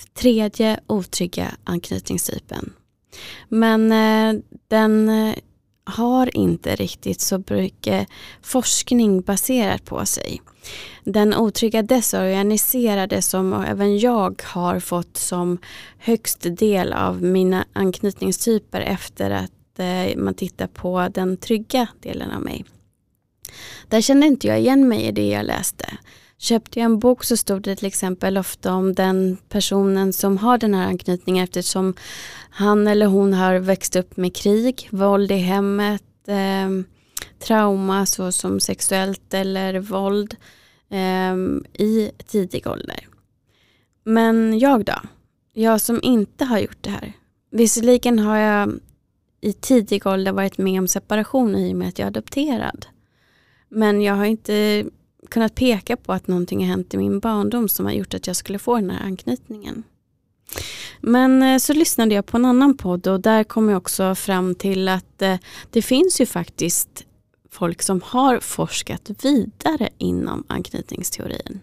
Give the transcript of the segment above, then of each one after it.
tredje otrygga anknytningstypen. Men den har inte riktigt så mycket forskning baserat på sig. Den otrygga desorganiserade som även jag har fått som högst del av mina anknytningstyper efter att man tittar på den trygga delen av mig. Där kände inte jag igen mig i det jag läste. Köpte jag en bok så stod det till exempel ofta om den personen som har den här anknytningen eftersom han eller hon har växt upp med krig, våld i hemmet, trauma såsom sexuellt eller våld i tidig ålder. Men jag då? Jag som inte har gjort det här. Visserligen har jag i tidig ålder varit med om separation i och med att jag är adopterad. Men jag har inte kunnat peka på att någonting har hänt i min barndom som har gjort att jag skulle få den här anknytningen. Men så lyssnade jag på en annan podd och där kom jag också fram till att det finns ju faktiskt folk som har forskat vidare inom anknytningsteorin.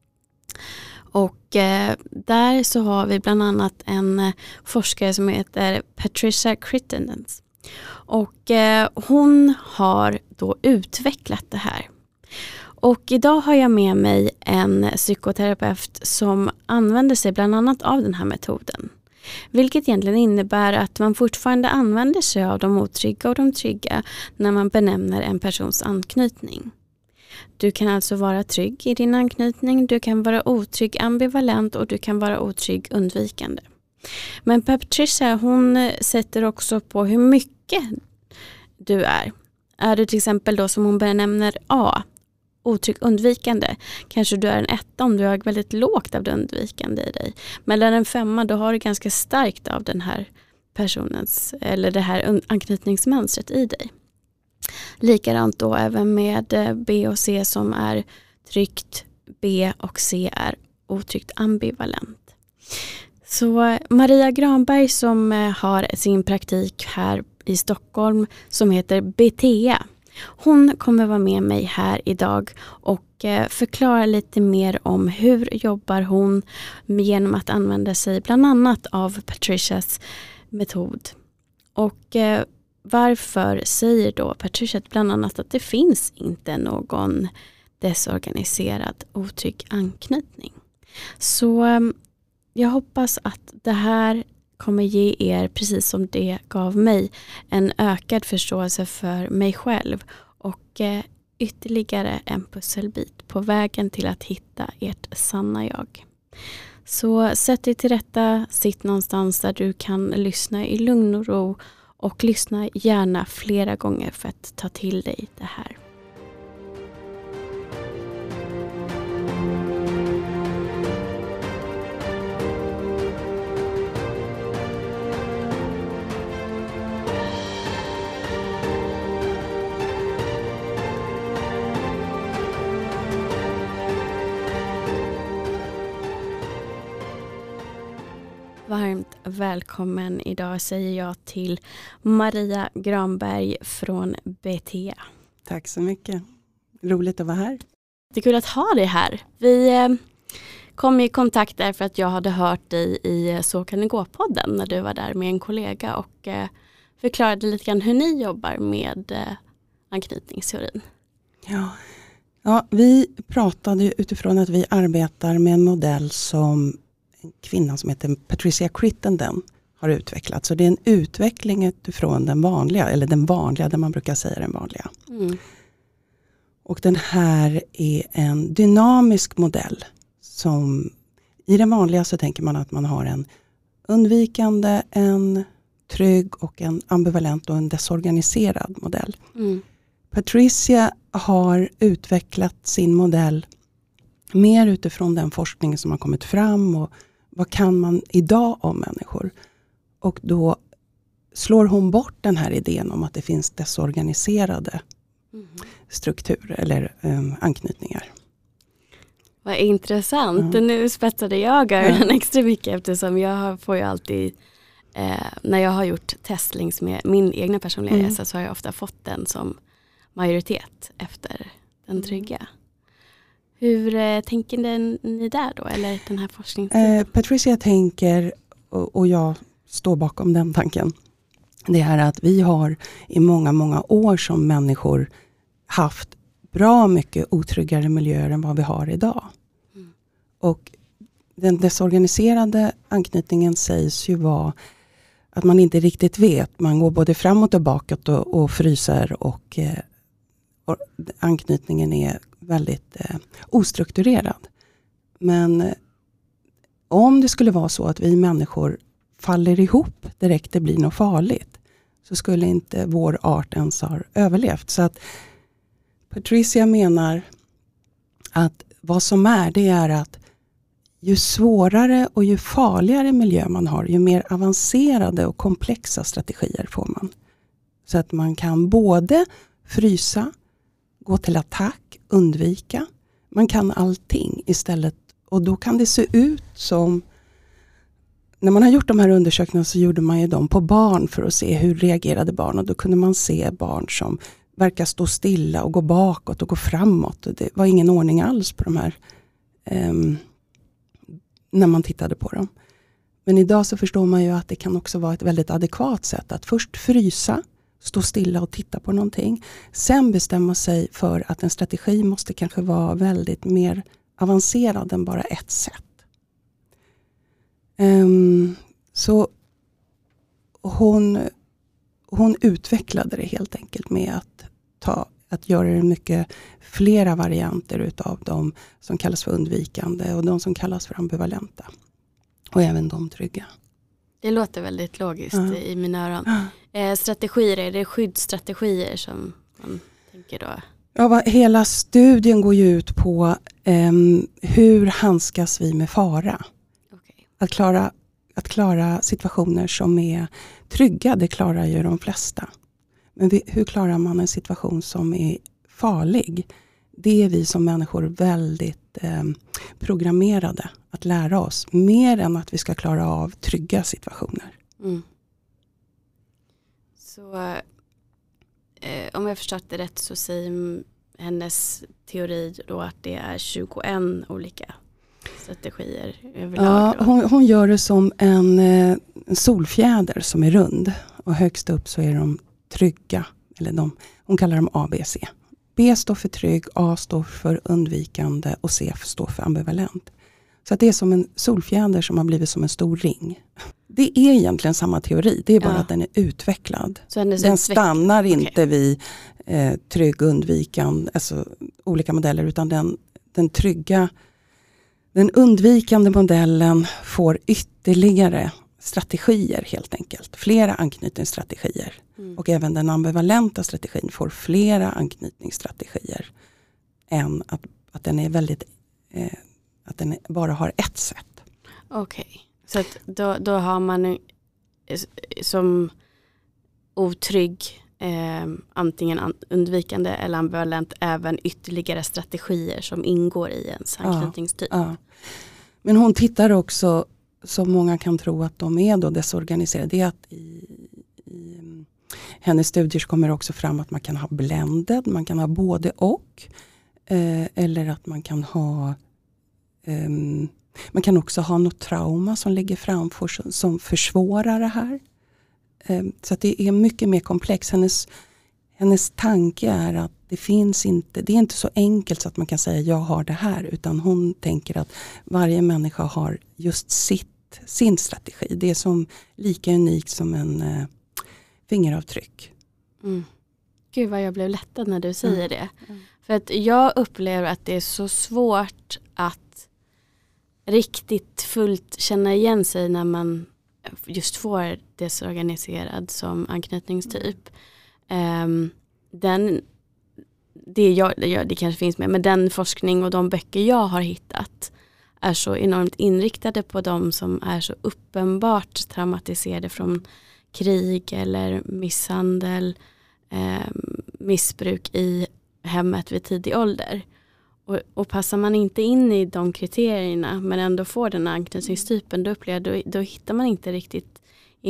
Och där så har vi bland annat en forskare som heter Patricia Crittenden. Och hon har då utvecklat det här. Och idag har jag med mig en psykoterapeut som använder sig bland annat av den här metoden. Vilket egentligen innebär att man fortfarande använder sig av de otrygga och de trygga när man benämner en persons anknytning. Du kan alltså vara trygg i din anknytning, du kan vara otrygg ambivalent och du kan vara otrygg undvikande. Men Patricia, hon sätter också på hur mycket du är. Är du till exempel då som hon benämner A, otrygg undvikande, kanske du är en 1 om du har väldigt lågt av det undvikande i dig. Mellan en 5 då har du ganska starkt av den här personens eller det här anknytningsmönstret i dig. Likadant då även med B och C som är tryggt B och C är otryggt ambivalent. Så Maria Granberg som har sin praktik här i Stockholm som heter Betea. Hon kommer vara med mig här idag och förklara lite mer om hur jobbar hon genom att använda sig bland annat av Patricias metod. Och varför säger då Patricia bland annat att det finns inte någon desorganiserad otrygg anknytning. Så jag hoppas att det här kommer ge er, precis som det gav mig, en ökad förståelse för mig själv och ytterligare en pusselbit på vägen till att hitta ert sanna jag. Så sätt dig till rätta, sitt någonstans där du kan lyssna i lugn och ro och lyssna gärna flera gånger för att ta till dig det här. Varmt välkommen idag säger jag till Maria Granberg från Betea. Tack så mycket. Roligt att vara här. Det är kul att ha dig här. Vi kom i kontakt därför att jag hade hört dig i Så kan det gå-podden när du var där med en kollega och förklarade lite grann hur ni jobbar med anknytningsteorin. Ja, vi pratade utifrån att vi arbetar med en modell som en kvinna som heter Patricia Crittenden har utvecklat. Så det är en utveckling utifrån den vanliga, eller den vanliga, där man brukar säga den vanliga. Mm. Och den här är en dynamisk modell som i den vanliga så tänker man att man har en undvikande, en trygg och en ambivalent och en desorganiserad modell. Mm. Patricia har utvecklat sin modell mer utifrån den forskning som har kommit fram och vad kan man idag om människor. Och då slår hon bort den här idén om att det finns desorganiserade strukturer eller anknytningar. Vad intressant. Nu spetsade jag öronen extra mycket eftersom jag får ju alltid när jag har gjort testlings med min egna personliga resa så har jag ofta fått den som majoritet efter den trygga. Hur tänker ni där då? Eller den här forskningen? Patricia tänker, och jag står bakom den tanken, det är att vi har i många, många år som människor haft bra mycket otryggare miljöer än vad vi har idag. Mm. Och den desorganiserade anknytningen sägs ju vara att man inte riktigt vet. Man går både framåt och bakåt och fryser och anknytningen är väldigt ostrukturerad. Men om det skulle vara så att vi människor faller ihop direkt det blir något farligt, så skulle inte vår art ens ha överlevt. Så att Patricia menar att vad som det är att ju svårare och ju farligare miljö man har, ju mer avancerade och komplexa strategier får man. Så att man kan både frysa, gå till attack, undvika. Man kan allting istället. Och då kan det se ut som, när man har gjort de här undersökningarna så gjorde man ju dem på barn för att se hur reagerade barn. Och då kunde man se barn som verkar stå stilla och gå bakåt och gå framåt. Och det var ingen ordning alls på de här när man tittade på dem. Men idag så förstår man ju att det kan också vara ett väldigt adekvat sätt att först frysa, stå stilla och titta på någonting. Sen bestämma sig för att en strategi måste kanske vara väldigt mer avancerad än bara ett sätt. Så hon utvecklade det helt enkelt med att göra det mycket flera varianter utav de som kallas för undvikande och de som kallas för ambivalenta. Och även de trygga. Det låter väldigt logiskt i mina öron. Strategier, är det skyddsstrategier som man tänker då? Ja, hela studien går ju ut på hur handskas vi med fara. Okay. Att klara situationer som är trygga, det klarar ju de flesta. Men hur klarar man en situation som är farlig? Det är vi som människor väldigt programmerade att lära oss. Mer än att vi ska klara av trygga situationer. Mm. Så om jag förstått det rätt så säger hennes teori då att det är 21 olika strategier överlag. Ja, hon gör det som en solfjäder som är rund. Och högst upp så är de trygga. Eller hon kallar dem A, B, C. B står för trygg, A står för undvikande och C står för ambivalent. Så att det är som en solfjäder som har blivit som en stor ring. Det är egentligen samma teori, det är bara att den är utvecklad. Den stannar inte vid trygg, undvikande, alltså olika modeller, utan den undvikande modellen får ytterligare strategier helt enkelt. Flera anknytningsstrategier. Mm. Och även den ambivalenta strategin får flera anknytningsstrategier än att den är väldigt att den bara har ett sätt. Okej. Så att då har man som otrygg antingen undvikande eller ambivalent även ytterligare strategier som ingår i ens anknytningstyp. Ja. Men hon tittar också, som många kan tro att de är då desorganiserade, det är att i hennes studier kommer också fram att man kan ha blended, man kan ha både och, eller att man kan ha man kan också ha något trauma som ligger framför som försvårar det här. Så att det är mycket mer komplext. Hennes tanke är att det är inte så enkelt så att man kan säga jag har det här, utan hon tänker att varje människa har just sin strategi. Det är som lika unikt som en fingeravtryck. Mm. Gud vad jag blev lättad när du säger det. Mm. För att jag upplever att det är så svårt att riktigt fullt känna igen sig när man just får desorganiserad som anknytningstyp. Det kanske finns med, men den forskning och de böcker jag har hittat är så enormt inriktade på de som är så uppenbart traumatiserade från krig eller misshandel, missbruk i hemmet vid tidig ålder. Och passar man inte in i de kriterierna men ändå får den anknytningstypen, då hittar man inte riktigt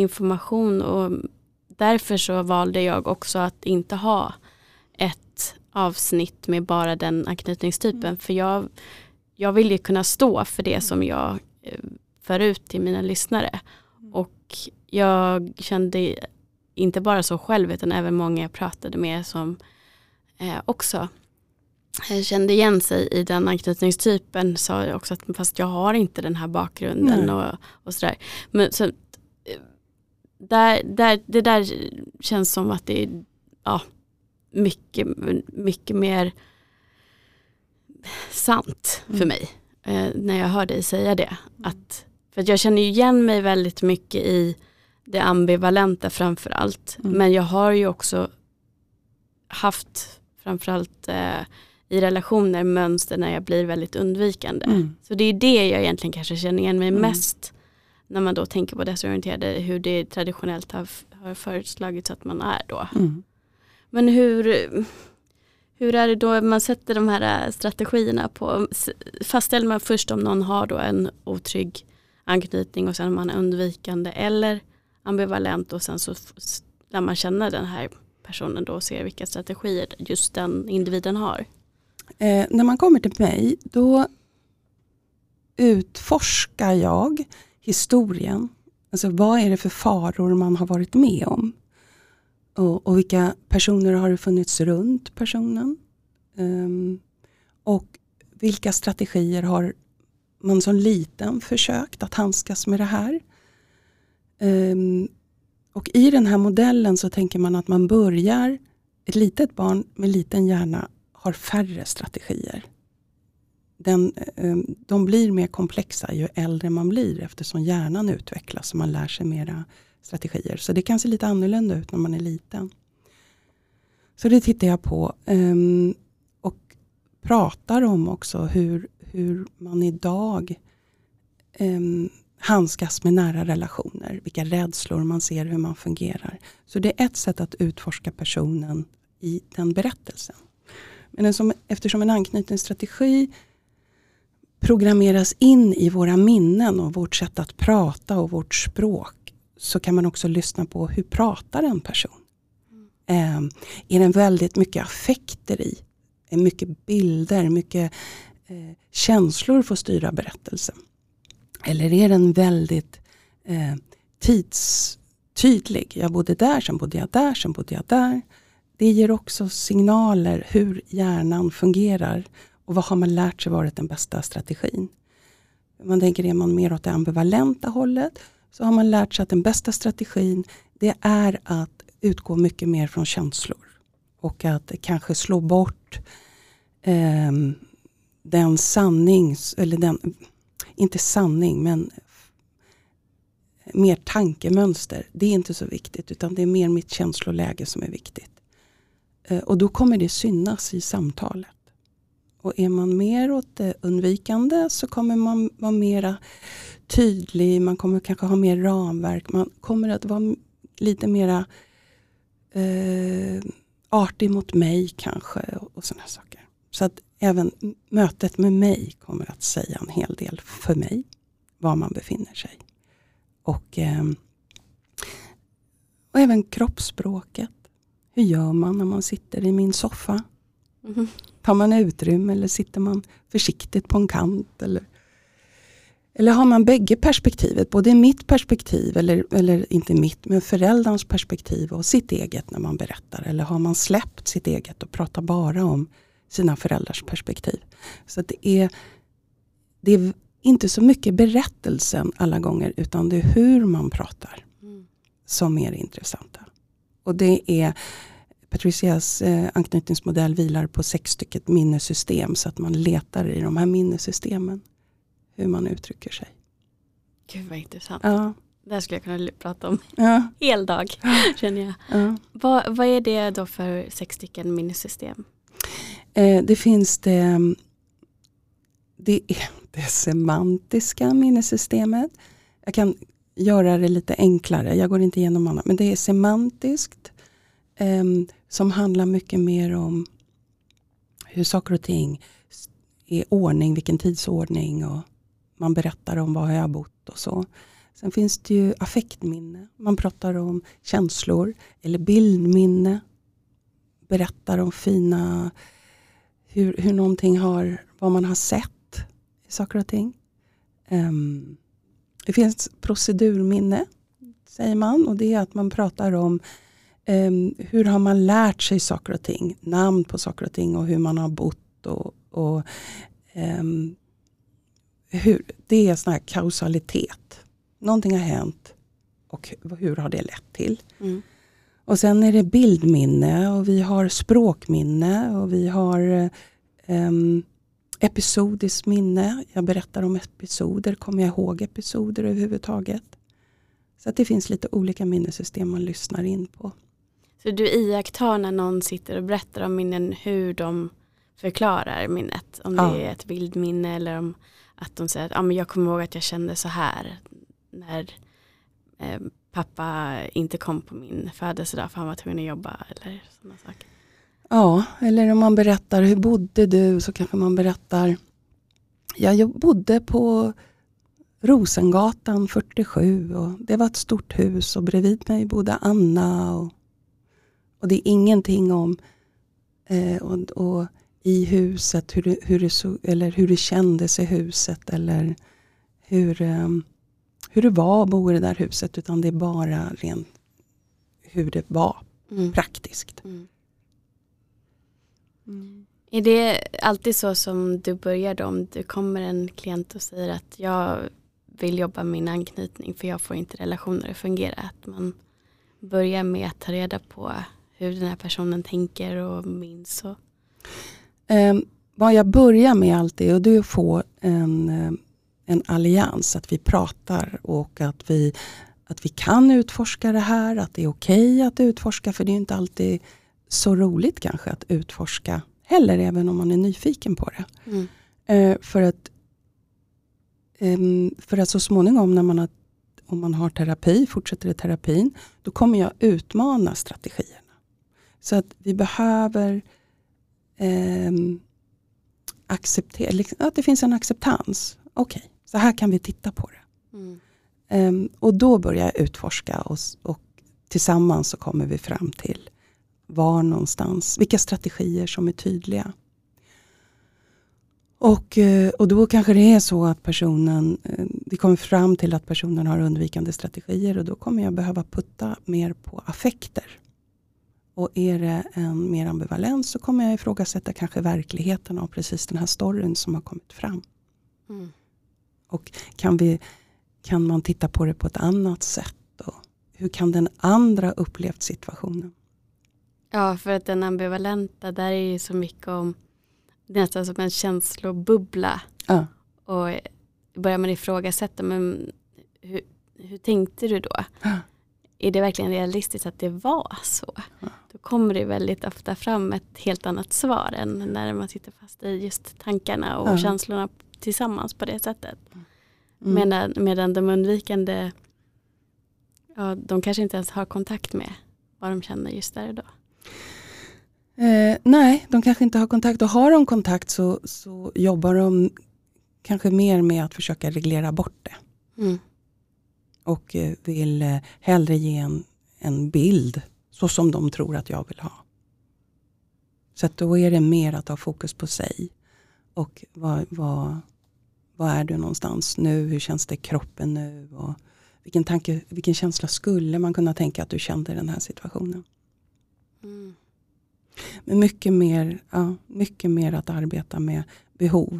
information, och därför så valde jag också att inte ha ett avsnitt med bara den anknytningstypen. För jag vill ju kunna stå för det som jag för ut till mina lyssnare. Och jag kände inte bara så själv utan även många jag pratade med som också kände igen sig i den anknytningstypen, sa jag också att fast jag har inte den här bakgrunden och sådär. Men så, det där känns som att det är mycket mer sant för mig när jag hör dig säga det. För att jag känner ju igen mig väldigt mycket i det ambivalenta framförallt. Men jag har ju också haft framförallt i relationer mönster när jag blir väldigt undvikande. Så det är det jag egentligen kanske känner igen mig mest när man då tänker på desorienterade, hur det traditionellt har föreslagits att man är då. Men hur är det då man sätter de här strategierna på? Fastställer man först om någon har då en otrygg anknytning och sen om man är undvikande eller ambivalent och sen så lär man känna den här personen då och ser vilka strategier just den individen har. När man kommer till mig då utforskar jag historien. Alltså vad är det för faror man har varit med om? Och vilka personer har det funnits runt personen? Och vilka strategier har man som liten försökt att handskas med det här? Och i den här modellen så tänker man att man börjar, ett litet barn med liten hjärna har färre strategier. De blir mer komplexa ju äldre man blir eftersom hjärnan utvecklas och man lär sig mera strategier. Så det kan se lite annorlunda ut när man är liten. Så det tittar jag på och pratar om också hur man idag handskas med nära relationer. Vilka rädslor man ser, hur man fungerar. Så det är ett sätt att utforska personen i den berättelsen. Men eftersom en anknytningsstrategi programmeras in i våra minnen och vårt sätt att prata och vårt språk, så kan man också lyssna på hur pratar en person. Är det väldigt mycket affekter i? Mycket bilder, mycket känslor får styra berättelsen? Eller är den väldigt tidstydlig? Jag bodde där, sen bodde jag där, sen bodde jag där. Det ger också signaler hur hjärnan fungerar och vad har man lärt sig varit den bästa strategin. Man tänker, är man mer åt det ambivalenta hållet så har man lärt sig att den bästa strategin, det är att utgå mycket mer från känslor. Och att kanske slå bort den sanning, eller den, inte sanning men mer tankemönster. Det är inte så viktigt utan det är mer mitt känsloläge som är viktigt. Och då kommer det synas i samtalet. Och är man mer åt det undvikande så kommer man vara mera tydlig. Man kommer kanske ha mer ramverk. Man kommer att vara lite mera artig mot mig kanske. Och sådana saker. Så att även mötet med mig kommer att säga en hel del för mig. Var man befinner sig. Och även kroppsspråket. Hur gör man när man sitter i min soffa? Tar man utrymme eller sitter man försiktigt på en kant? Eller har man bägge perspektivet? Både mitt perspektiv, eller inte mitt, men föräldrarns perspektiv och sitt eget när man berättar. Eller har man släppt sitt eget och pratar bara om sina föräldrars perspektiv? Så att det är inte så mycket berättelsen alla gånger utan det är hur man pratar som är intressanta. Och det är Patricias anknytningsmodell vilar på 6 stycken minnesystem så att man letar i de här minnessystemen hur man uttrycker sig. Gud vad intressant. Ja. Det här skulle jag kunna prata om hel dag känner jag. Ja. Vad är det då för 6 stycken minnesystem? Det finns det är det semantiska minnessystemet. Jag kan göra det lite enklare. Jag går inte igenom annat. Men det är semantiskt. Som handlar mycket mer om hur saker och ting är ordning. Vilken tidsordning. Och man berättar om var jag har bott och så. Sen finns det ju affektminne. Man pratar om känslor. Eller bildminne. berättar om fina, hur någonting vad man har sett i saker och ting. Det finns procedurminne, säger man, och det är att man pratar om hur har man lärt sig saker och ting, namn på saker och ting och hur man har bott och det är sån här kausalitet. Någonting har hänt och hur har det lett till? Mm. Och sen är det bildminne och vi har språkminne och vi har episodiskt minne. Jag berättar om episoder, kommer jag ihåg episoder överhuvudtaget. Så att det finns lite olika minnesystem man lyssnar in på. Så du iakttar när någon sitter och berättar om minnen hur de förklarar minnet? Om det är ett bildminne eller om att de säger att men jag kommer ihåg att jag kände så här när pappa inte kom på min födelsedag för han var tvungen att jobba eller sådana saker. Ja, eller om man berättar hur bodde du, så kanske man berättar jag bodde på Rosengatan 47 och det var ett stort hus och bredvid mig bodde Anna och det är ingenting om och i huset hur det kändes i huset eller hur det var att bo i det där huset, utan det är bara rent hur det var praktiskt. Mm. Mm. Är det alltid så som du började om du kommer en klient och säger att jag vill jobba med min anknytning för jag får inte relationer att fungera? Att man börjar med att ta reda på hur den här personen tänker och minns? Vad jag börjar med alltid, och det är att få en allians, att vi pratar och att vi kan utforska det här, att det är okej att utforska, för det är inte alltid så roligt kanske att utforska heller, även om man är nyfiken på det. För att så småningom om man har terapi, fortsätter i terapin, då kommer jag utmana strategierna. Så att vi behöver acceptera, att det finns en acceptans. Okej, så här kan vi titta på det. Och då börjar jag utforska och tillsammans så kommer vi fram till var någonstans, vilka strategier som är tydliga. Och då kanske det är så att vi kommer fram till att personen har undvikande strategier, och då kommer jag behöva putta mer på affekter. Och är det en mer ambivalens så kommer jag ifrågasätta kanske verkligheten av precis den här storyn som har kommit fram. Och kan man titta på det på ett annat sätt då? Hur kan den andra upplevt situationen? Ja, för att den ambivalenta, där är ju så mycket om nästan som en känslobubbla. Ja. Och börjar man ifrågasätta, men hur tänkte du då? Ja. Är det verkligen realistiskt att det var så? Ja. Då kommer det väldigt ofta fram ett helt annat svar än när man sitter fast i just tankarna och känslorna tillsammans på det sättet. Medan de undvikande, de kanske inte ens har kontakt med vad de känner just där och då. Nej, de kanske inte har kontakt, och har de kontakt så jobbar de kanske mer med att försöka reglera bort det. Och vill hellre ge en bild så som de tror att jag vill ha. Så att då är det mer att ha fokus på sig. Och vad är du någonstans nu? Hur känns det i kroppen nu? Och vilken känsla skulle man kunna tänka att du kände i den här situationen? Men mycket mer att arbeta med behov.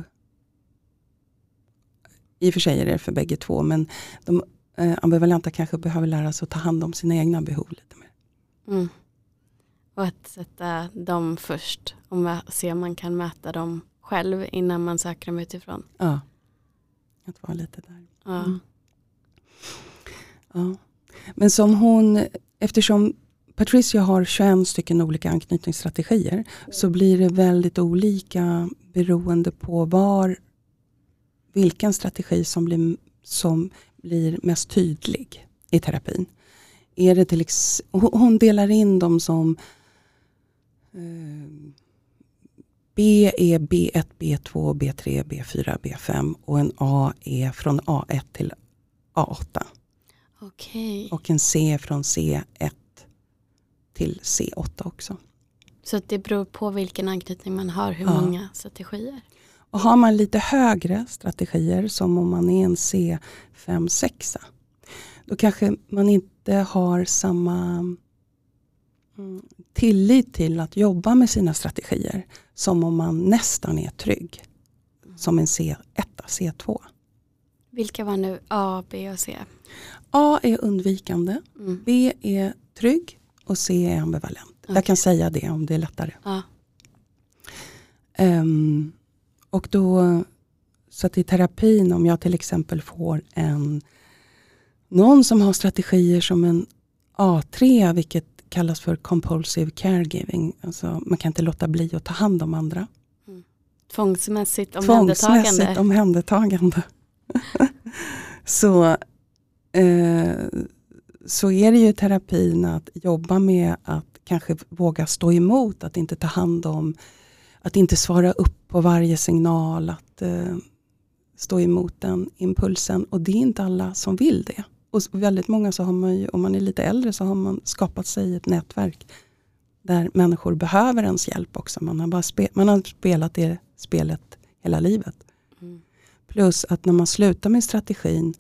I och för sig är det för bägge två, men de ambivalenta kanske behöver lära sig att ta hand om sina egna behov lite mer. Och att sätta dem först, se om man kan mäta dem själv innan man söker dem utifrån. Ja, att vara lite där. Ja. Men eftersom Patricia har 21 stycken olika anknytningsstrategier, så blir det väldigt olika beroende på vilken strategi som blir mest tydlig i terapin. Är det hon delar in dem som B är B1, B2, B3, B4, B5 och en A är från A1 till A8. Okej. Och en C från C1 till C8 också. Så att det beror på vilken anknytning man har, hur många strategier. Och har man lite högre strategier, som om man är en C5-6, då kanske man inte har samma tillit till att jobba med sina strategier som om man nästan är trygg. Som en C1, C2. Vilka var nu A, B och C? A är undvikande, B är trygg och C är ambivalent. Okay. Jag kan säga det om det är lättare. Och då, så att i terapin, om jag till exempel får någon som har strategier som en A3, vilket kallas för compulsive caregiving. Alltså man kan inte låta bli att ta hand om andra. Tvångsmässigt omhändertagande. Så är det ju terapin att jobba med att kanske våga stå emot, att inte ta hand om, att inte svara upp på varje signal, att stå emot den impulsen. Och det är inte alla som vill det. Och väldigt många så har man ju, om man är lite äldre, så har man skapat sig ett nätverk där människor behöver ens hjälp också. Man har spelat det spelet hela livet. Plus att när man slutar med strategin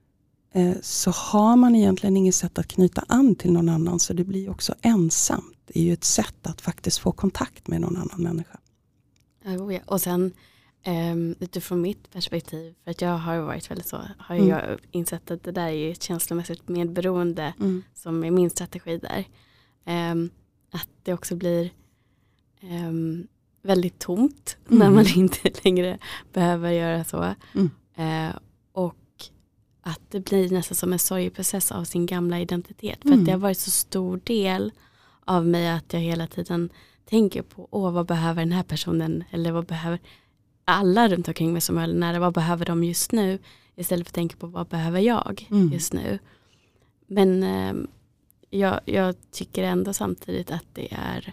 så har man egentligen inget sätt att knyta an till någon annan, så det blir också ensamt. Det är ju ett sätt att faktiskt få kontakt med någon annan människa. Ja. Och sen utifrån mitt perspektiv, för att jag har varit väldigt så, har jag insett att det där är ett känslomässigt medberoende som är min strategi där. Att det också blir väldigt tomt när man inte längre behöver göra så. Och att det blir nästan som en sorgeprocess av sin gamla identitet. För att det har varit så stor del av mig att jag hela tiden tänker på vad behöver den här personen, eller vad behöver alla runt omkring mig som är nära, vad behöver de just nu, istället för att tänka på vad behöver jag just nu. Men jag tycker ändå samtidigt att det är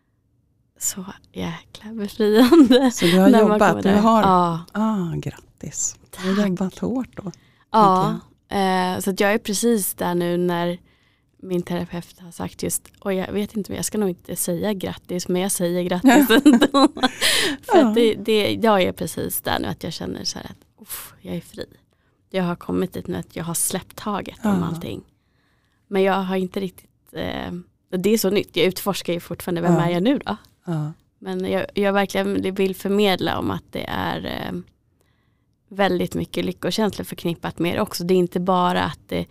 så jäkla befriande. Så du har jobbat, du har grattis. Tack. Du har jobbat hårt då. Ja, så att jag är precis där nu när min terapeut har sagt just, och jag vet inte, jag ska nog inte säga grattis, men jag säger grattis ändå. För att jag är precis där nu att jag känner så här att jag är fri. Jag har kommit dit nu att jag har släppt taget om allting. Men jag har inte riktigt, det är så nytt, jag utforskar ju fortfarande, vem är jag nu då? Men jag verkligen vill förmedla om att det är väldigt mycket lyckokänslor förknippat med det också. Det är inte bara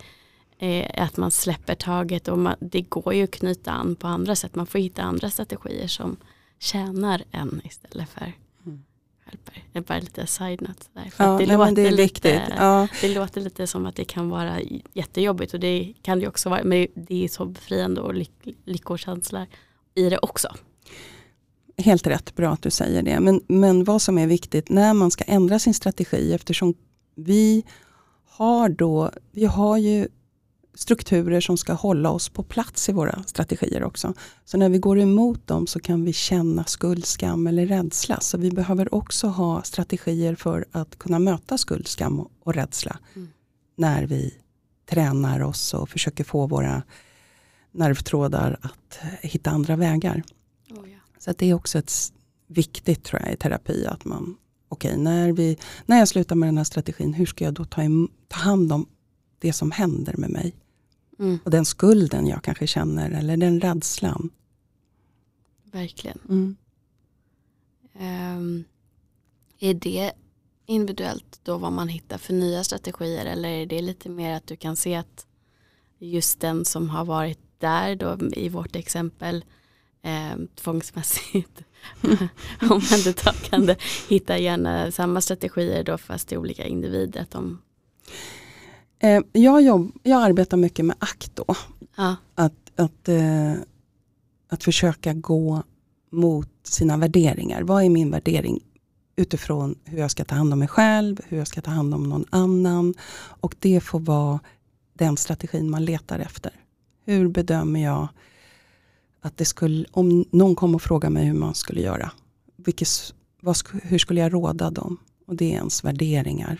att man släpper taget, och det går ju att knyta an på andra sätt. Man får hitta andra strategier som tjänar en istället för hjälper. Det är bara lite side-note där. För det är viktigt. Det låter lite som att det kan vara jättejobbigt, och det kan det också vara, men det är så befriande och lyckokänslor i det också. Helt rätt, bra att du säger det. Men vad som är viktigt när man ska ändra sin strategi, eftersom vi har ju strukturer som ska hålla oss på plats i våra strategier också. Så när vi går emot dem så kan vi känna skuld, skam eller rädsla. Så vi behöver också ha strategier för att kunna möta skuld, skam och rädsla när vi tränar oss och försöker få våra nervtrådar att hitta andra vägar. Så att det är också ett viktigt, tror jag, i terapi, att man, när jag slutar med den här strategin, hur ska jag då ta hand om det som händer med mig? Och den skulden jag kanske känner, eller den rädslan. Verkligen. Är det individuellt då vad man hittar för nya strategier, eller är det lite mer att du kan se att just den som har varit där då, i vårt exempel, tvångsmässigt omhändertagande, hittar gärna samma strategier då, fast i olika individer? Jag arbetar mycket med ACT då. Att försöka gå mot sina värderingar. Vad är min värdering utifrån hur jag ska ta hand om mig själv, hur jag ska ta hand om någon annan, och det får vara den strategin man letar efter. Hur bedömer jag att det skulle, om någon kom och frågade mig hur man skulle göra, hur skulle jag råda dem? Och det är ens värderingar.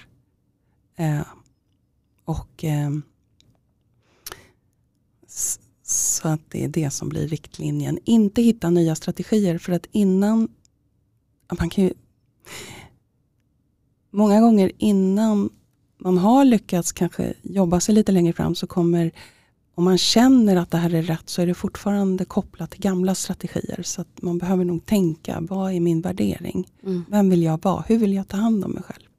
Så att det är det som blir riktlinjen. Inte hitta nya strategier, för att innan man kan ju, många gånger innan man har lyckats kanske jobba sig lite längre fram, så kommer, om man känner att det här är rätt, så är det fortfarande kopplat till gamla strategier. Så att man behöver nog tänka, vad är min värdering? Vem vill jag vara? Hur vill jag ta hand om mig själv?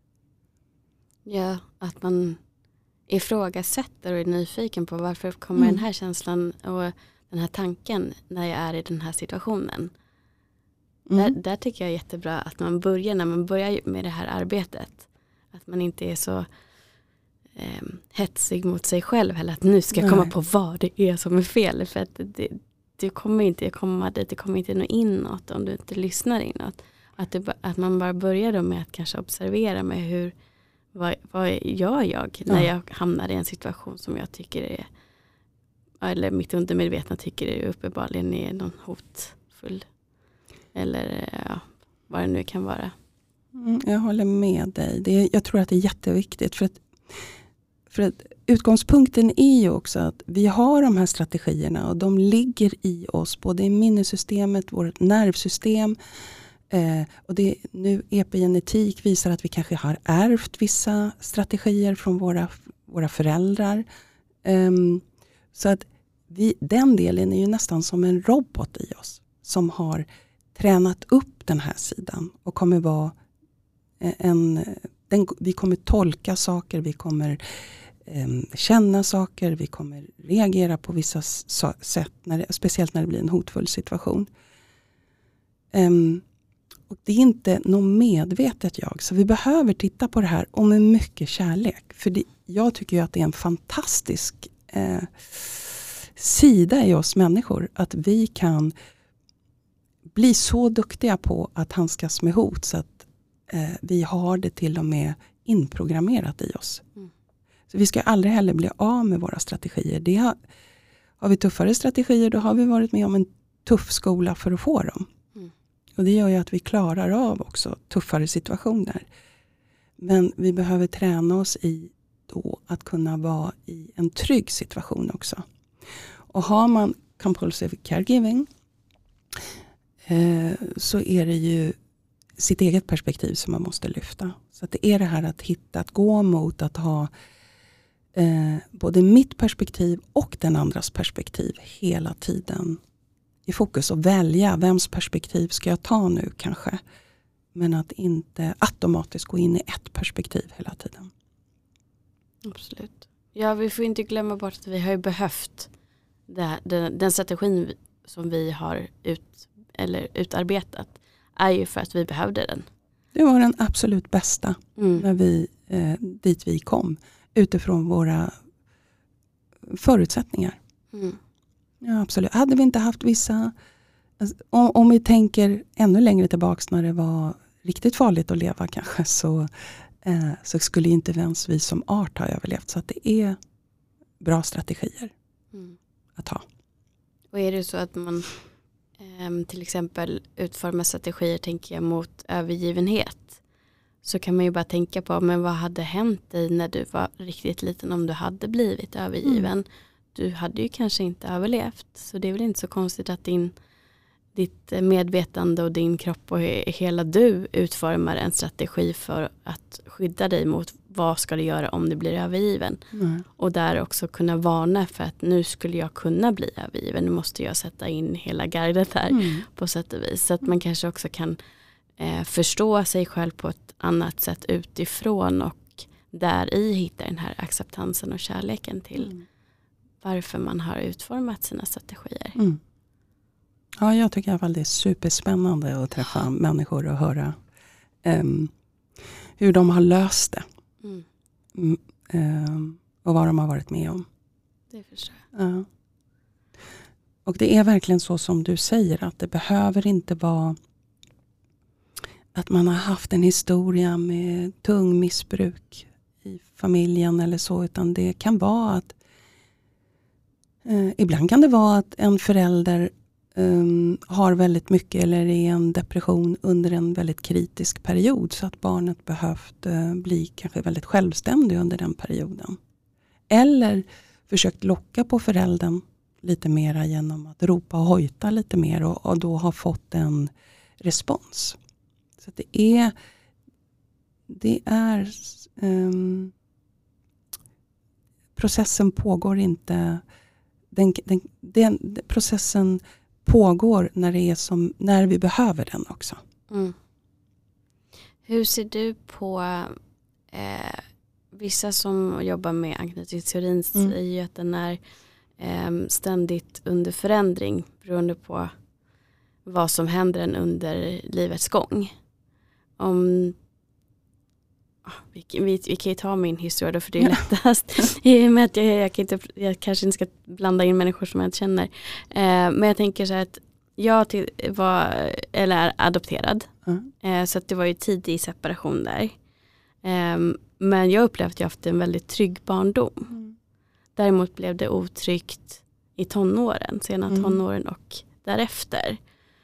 Ja, att man ifrågasätter och är nyfiken på varför kommer den här känslan och den här tanken när jag är i den här situationen. Där tycker jag är jättebra att man börjar, när man börjar med det här arbetet, att man inte är så hetsig mot sig själv heller, att nu ska jag komma på vad det är som är fel, för att det kommer inte komma dit, det kommer inte nå inåt om du inte lyssnar inåt. Att man bara börjar då med att kanske observera med vad gör jag när jag hamnar i en situation som jag tycker är, eller mitt undermedvetna tycker är uppenbarligen är någon hotfull, eller vad det nu kan vara. Jag håller med dig. Jag tror att det är jätteviktigt, för att utgångspunkten är ju också att vi har de här strategierna, och de ligger i oss, både i minnessystemet, vårt nervsystem, och nu epigenetik visar att vi kanske har ärvt vissa strategier från våra föräldrar. Så att den delen är ju nästan som en robot i oss, som har tränat upp den här sidan och kommer vara vi kommer tolka saker, vi kommer känna saker, vi kommer reagera på vissa sätt, speciellt när det blir en hotfull situation. Och det är inte något medvetet jag, så vi behöver titta på det här och med mycket kärlek. För jag tycker ju att det är en fantastisk sida i oss människor, att vi kan bli så duktiga på att handskas med hot, så att vi har det till och med inprogrammerat i oss. Så vi ska aldrig heller bli av med våra strategier. Har vi tuffare strategier, då har vi varit med om en tuff skola för att få dem. Och det gör ju att vi klarar av också tuffare situationer. Men vi behöver träna oss i då att kunna vara i en trygg situation också. Och har man compulsive caregiving, så är det ju sitt eget perspektiv som man måste lyfta. Så att det är det här att gå mot att ha både mitt perspektiv och den andras perspektiv hela tiden i fokus, och välja vems perspektiv ska jag ta nu kanske. Men att inte automatiskt gå in i ett perspektiv hela tiden. Absolut. Ja, vi får inte glömma bort att vi har ju behövt den strategin som vi har utarbetat är ju för att vi behövde den. Det var den absolut bästa när dit vi kom, utifrån våra förutsättningar. Ja, absolut. Hade vi inte haft vissa, om vi tänker ännu längre tillbaks när det var riktigt farligt att leva kanske, så skulle inte ens vi som art ha överlevt. Så att det är bra strategier att ha. Och är det så att man till exempel utformar strategier, tänker jag, mot övergivenhet, så kan man ju bara tänka på, men vad hade hänt dig när du var riktigt liten om du hade blivit övergiven? Du hade ju kanske inte överlevt, så det är väl inte så konstigt att ditt medvetande och din kropp och hela du utformar en strategi för att skydda dig mot vad ska du göra om du blir övergiven. Och där också kunna varna för att nu skulle jag kunna bli övergiven. Nu måste jag sätta in hela gardet här på sätt och vis. Så att man kanske också kan förstå sig själv på ett annat sätt utifrån, och där i hitta den här acceptansen och kärleken till varför man har utformat sina strategier. Ja, jag tycker i alla fall det är superspännande att träffa människor och höra hur de har löst det. Och vad de har varit med om. Det förstår jag. Ja. Och det är verkligen så som du säger, att det behöver inte vara att man har haft en historia med tung missbruk i familjen eller så, utan det kan vara att ibland kan det vara att en förälder har väldigt mycket eller är i en depression under en väldigt kritisk period, så att barnet behövt bli kanske väldigt självständig under den perioden. Eller försökt locka på föräldern lite mera genom att ropa och hojta lite mer och då har fått en respons. Så att det är processen pågår inte, processen pågår när vi behöver den också. Mm. Hur ser du på vissa som jobbar med anknytningsteorin säger ju att den är ständigt under förändring beroende på vad som händer under livets gång. Vi kan ju ta min historia då, för det är lättast. I och med att jag kanske inte ska blanda in människor som jag inte känner. Men jag tänker så här att jag är adopterad. Så att det var ju tidig separation där. Men jag upplevde att jag haft en väldigt trygg barndom. Däremot blev det otryggt i tonåren, sena tonåren och därefter.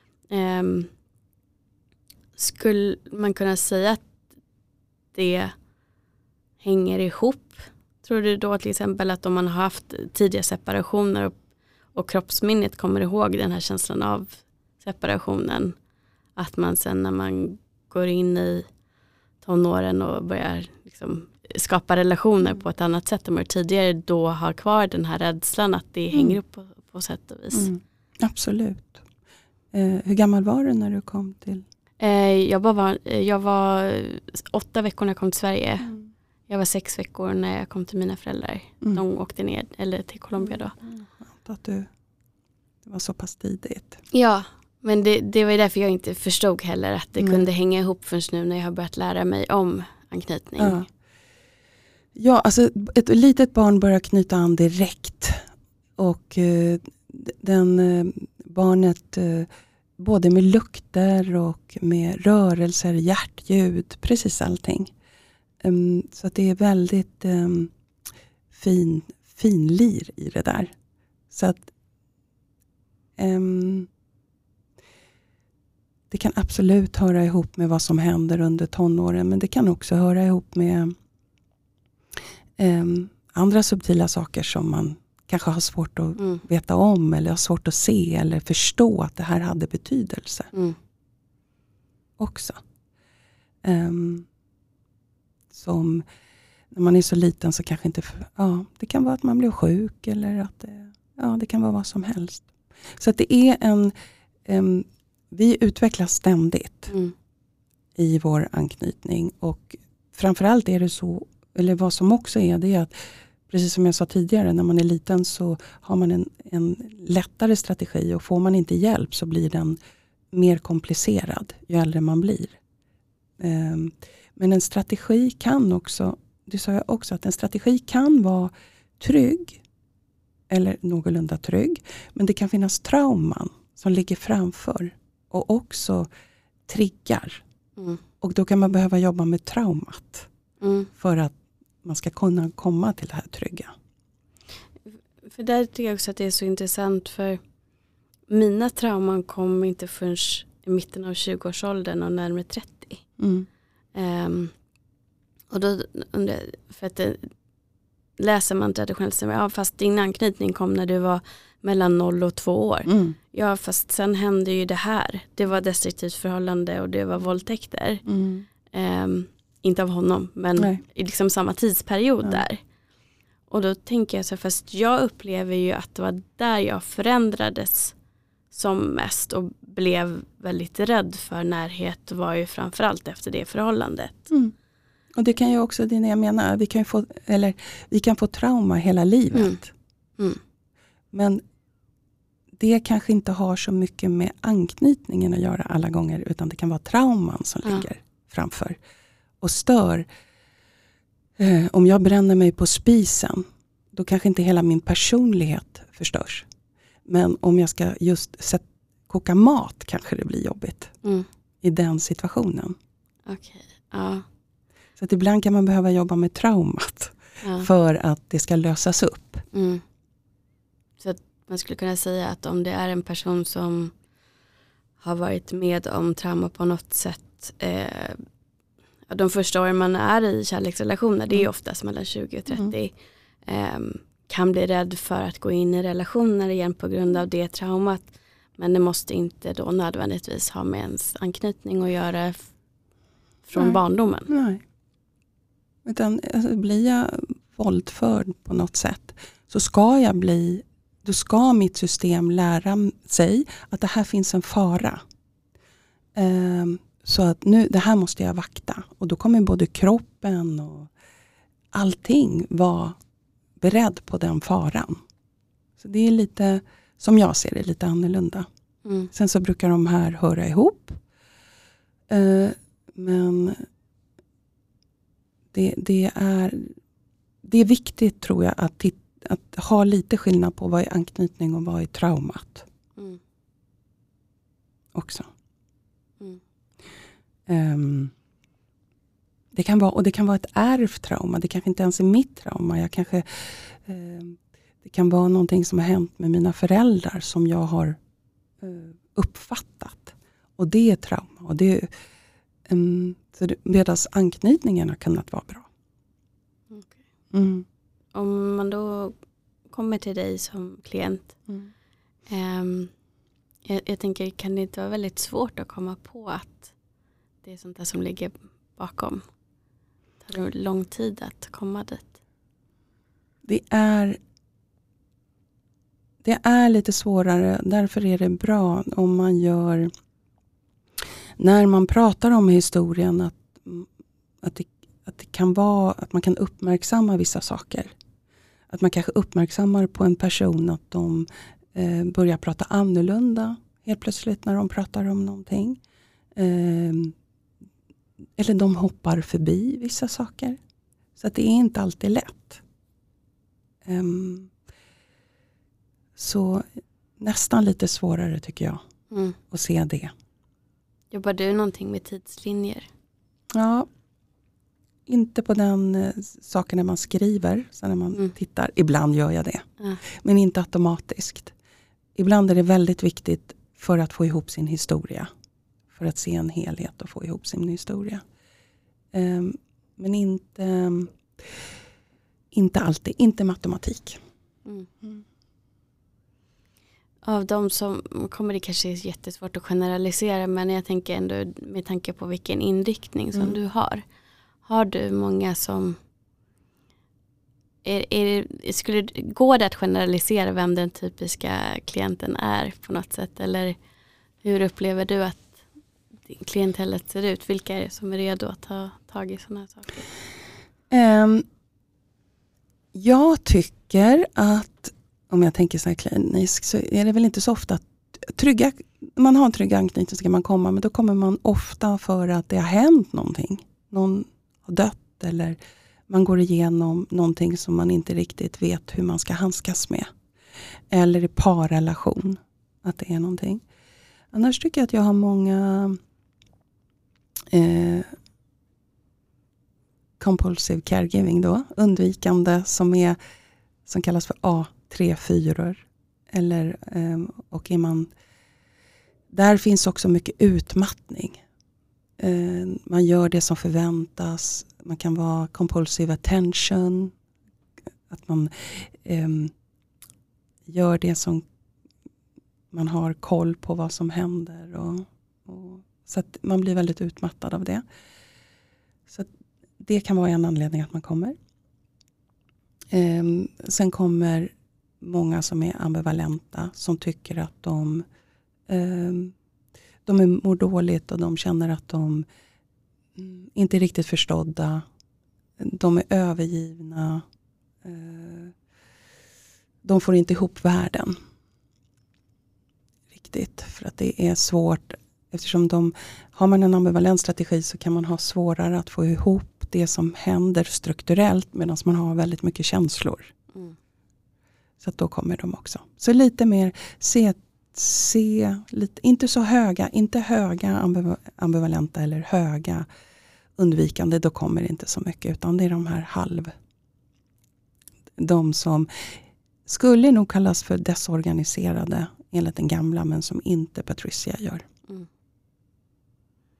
Skulle man kunna säga att det hänger ihop? Tror du då till exempel att om man har haft tidiga separationer och kroppsminnet kommer ihåg den här känslan av separationen, att man sen när man går in i tonåren och börjar liksom skapa relationer på ett annat sätt än tidigare, då har kvar den här rädslan att det hänger upp på sätt och vis? Absolut. Hur gammal var du när du kom till? Jag var 8 veckor när jag kom till Sverige. Jag var 6 veckor när jag kom till mina föräldrar. De åkte ner till Colombia då. Att det var så pass tidigt. Ja, men det var ju därför jag inte förstod heller att det kunde hänga ihop förrän nu när jag har börjat lära mig om anknytning. Ja, alltså ett litet barn börjar knyta an direkt. Och barnet både med lukter och med rörelser, hjärtljud, precis allting. Så att det är väldigt finlir i det där. Så att det kan absolut höra ihop med vad som händer under tonåren, men det kan också höra ihop med andra subtila saker som man kanske har svårt att veta om eller har svårt att se eller förstå att det här hade betydelse. Också. Som när man är så liten så kanske inte, det kan vara att man blir sjuk eller att det kan vara vad som helst. Så att det är vi utvecklas ständigt i vår anknytning, och framförallt är det så, eller vad som också är, det är att precis som jag sa tidigare, när man är liten så har man en lättare strategi, och får man inte hjälp så blir den mer komplicerad ju äldre man blir. Men en strategi kan också, det sa jag också, att en strategi kan vara trygg eller någorlunda trygg, men det kan finnas trauman som ligger framför och också triggar. Och då kan man behöva jobba med traumat för att man ska kunna komma till det här trygga. För där tycker jag också att det är så intressant, för mina trauman kom inte förrän i mitten av 20-årsåldern och närmare 30. Och då för att läser man traditionellt, fast din anknytning kom när du var mellan 0 och 2 år. Ja, fast sen hände ju det här. Det var destruktivt förhållande och det var våldtäkter. Inte av honom, men i liksom samma tidsperiod där. Och då tänker jag så här, fast jag upplever ju att det var där jag förändrades som mest och blev väldigt rädd för närhet, var ju framförallt efter det förhållandet. Och det kan ju också, det jag menar, vi kan få trauma hela livet. Men det kanske inte har så mycket med anknytningen att göra alla gånger, utan det kan vara trauman som ligger framför och stör. Om jag bränner mig på spisen, då kanske inte hela min personlighet förstörs. Men om jag ska just koka mat, kanske det blir jobbigt i den situationen. Så att ibland kan man behöva jobba med traumat för att det ska lösas upp. Så att man skulle kunna säga att om det är en person som har varit med om trauma på något sätt, de första åren man är i kärleksrelationer, det är oftast mellan 20 och 30, kan bli rädd för att gå in i relationer igen på grund av det traumat. Men det måste inte då nödvändigtvis ha med ens anknytning att göra från barndomen. Nej. Utan alltså, blir jag våldförd på något sätt så då ska mitt system lära sig att det här finns en fara. Så att det här måste jag vakta. Och då kommer både kroppen och allting vara beredd på den faran. Så det är lite, som jag ser det, lite annorlunda. Sen så brukar de här höra ihop. Men det är viktigt, tror jag, att ha lite skillnad på vad är anknytning och vad är traumat. Också. Det kan vara ett ärvt trauma. Det kanske inte ens är mitt trauma. Det kan vara någonting som har hänt med mina föräldrar som jag har uppfattat. Och det är trauma. Och medan anknytningen har kunnat vara bra. Okay. Om man då kommer till dig som klient. Jag tänker, kan det inte vara väldigt svårt att komma på att det är sånt där som ligger bakom? Tar det lång tid att komma dit? Det är lite svårare. Därför är det bra om man gör, när man pratar om historien, att det kan vara att man kan uppmärksamma vissa saker. Att man kanske uppmärksammar på en person att de börjar prata annorlunda helt plötsligt när de pratar om någonting. Eller de hoppar förbi vissa saker. Så att det är inte alltid lätt. Så nästan lite svårare, tycker jag, att se det. Jobbar du någonting med tidslinjer? Ja, inte på den saken när man skriver, så när man tittar. Ibland gör jag det, men inte automatiskt. Ibland är det väldigt viktigt för att få ihop sin historia. För att se en helhet och få ihop sin historia. Men inte alltid, inte matematik. Av de som kommer, det kanske är jättesvårt att generalisera, men jag tänker ändå med tanke på vilken inriktning som du har. Har du många som skulle gå det att generalisera vem den typiska klienten är på något sätt, eller hur upplever du att klientellet ser ut? Vilka är det som är redo att ta tag i sådana här saker? Jag tycker att, om jag tänker så här kliniskt, så är det väl inte så ofta att man har en trygg anknytning, så ska man komma, men då kommer man ofta för att det har hänt någonting. Någon har dött, eller man går igenom någonting som man inte riktigt vet hur man ska handskas med. Eller i parrelation, att det är någonting. Annars tycker jag att jag har många compulsive caregiving då, undvikande, som kallas för A3-4. Eller, och där finns också mycket utmattning. Man gör det som förväntas. Man kan vara compulsive attention. Att man gör det som man har koll på vad som händer. Så att man blir väldigt utmattad av det. Så att det kan vara en anledning att man kommer. Sen kommer många som är ambivalenta, som tycker att de mår dåligt och de känner att de inte är riktigt förstådda. De är övergivna. De får inte ihop världen riktigt, för att det är svårt, eftersom har man en ambivalent strategi så kan man ha svårare att få ihop det som händer strukturellt, medan man har väldigt mycket känslor. Så att då kommer de också. Så lite mer se lite, inte så höga, inte höga ambivalenta eller höga undvikande, då kommer det inte så mycket, utan det är de här de som skulle nog kallas för desorganiserade enligt den gamla, men som inte Patricia gör.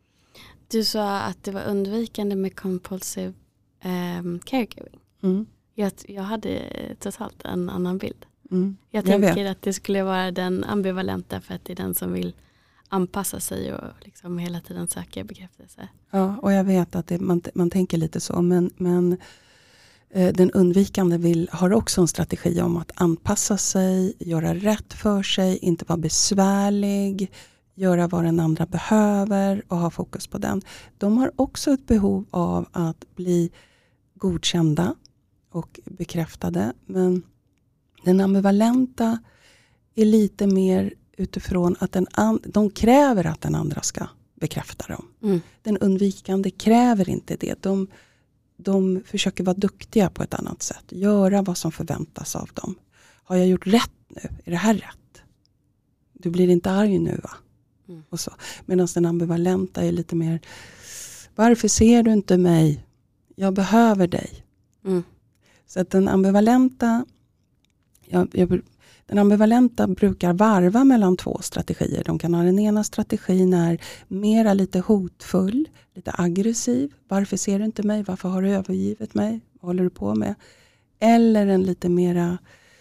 Du sa att det var undvikande med compulsive caregiving. Jag hade totalt en annan bild. Jag Jag tänker vet. att det skulle vara den ambivalenta för att det är den som vill anpassa sig och liksom hela tiden söka bekräftelse. Ja, och jag vet att man tänker lite så, men den undvikande har också en strategi om att anpassa sig, göra rätt för sig, inte vara besvärlig, göra vad den andra behöver och ha fokus på den. De har också ett behov av att bli godkända och bekräftade, men den ambivalenta är lite mer utifrån att de kräver att den andra ska bekräfta dem. Den undvikande kräver inte det. De försöker vara duktiga på ett annat sätt. Göra vad som förväntas av dem. Har jag gjort rätt nu? Är det här rätt? Du blir inte arg nu, va? Och så. Medan den ambivalenta är lite mer, varför ser du inte mig? Jag behöver dig. Så att den ambivalenta brukar varva mellan två strategier. De kan ha den ena strategin är mera lite hotfull, lite aggressiv. Varför ser du inte mig? Varför har du övergivit mig? Vad håller du på med? Eller en lite mera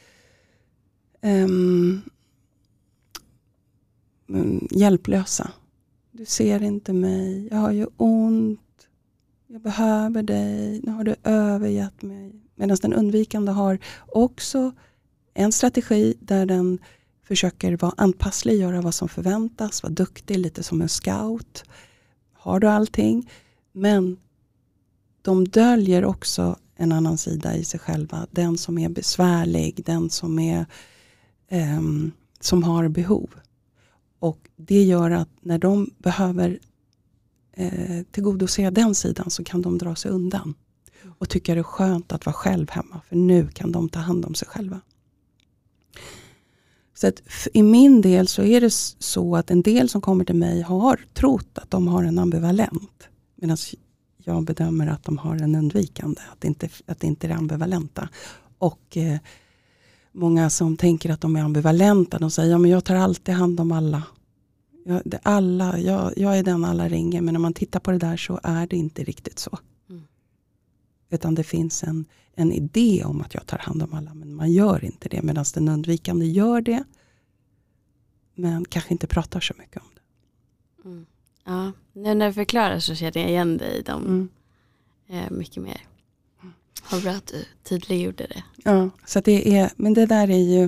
hjälplösa. Du ser inte mig. Jag har ju ont. Jag behöver dig. Nu har du övergett mig. Medan den undvikande har också en strategi där den försöker vara anpasslig, göra vad som förväntas, vara duktig, lite som en scout. Har du allting? Men de döljer också en annan sida i sig själva. Den som är besvärlig, den som är som har behov. Och det gör att när de behöver tillgodose den sidan så kan de dra sig undan. Och tycka det är skönt att vara själv hemma. För nu kan de ta hand om sig själva. Så att i min del så är det så att en del som kommer till mig har trott att de har en ambivalent. Medan jag bedömer att de har en undvikande. Att det inte är ambivalenta. Och många som tänker att de är ambivalenta. De säger, ja men jag tar alltid hand om alla. Jag är den alla ringer. Men när man tittar på det där så är det inte riktigt så. Utan det finns en idé om att jag tar hand om alla. Men man gör inte det. Medan den undvikande gör det. Men kanske inte pratar så mycket om det. Ja, nu när du förklarar så känner jag igen dig i dem mycket mer. Vad bra att du tydliggjorde det. Ja, så att det är, men det där är ju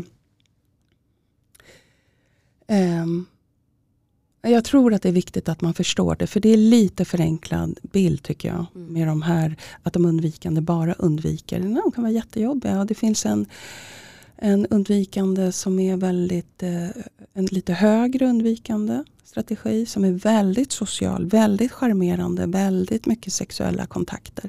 jag tror att det är viktigt att man förstår det. För det är lite förenklad bild tycker jag. Med de här, att de undvikande bara undviker. De kan vara jättejobbiga. Och det finns en undvikande som är väldigt, en lite högre undvikande strategi. Som är väldigt social, väldigt charmerande, väldigt mycket sexuella kontakter.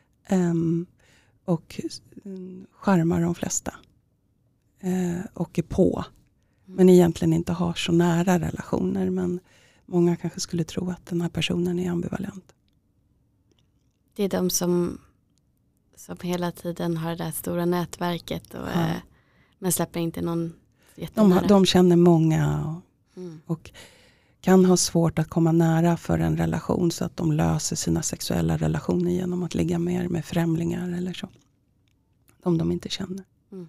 Och charmar de flesta. Och är på. Men egentligen inte har så nära relationer. Men många kanske skulle tro att den här personen är ambivalent. Det är de som hela tiden har det där stora nätverket. Och, men släpper inte någon jättenära. De känner många. Och kan ha svårt att komma nära för en relation. Så att de löser sina sexuella relationer genom att ligga mer med främlingar eller så. De inte känner.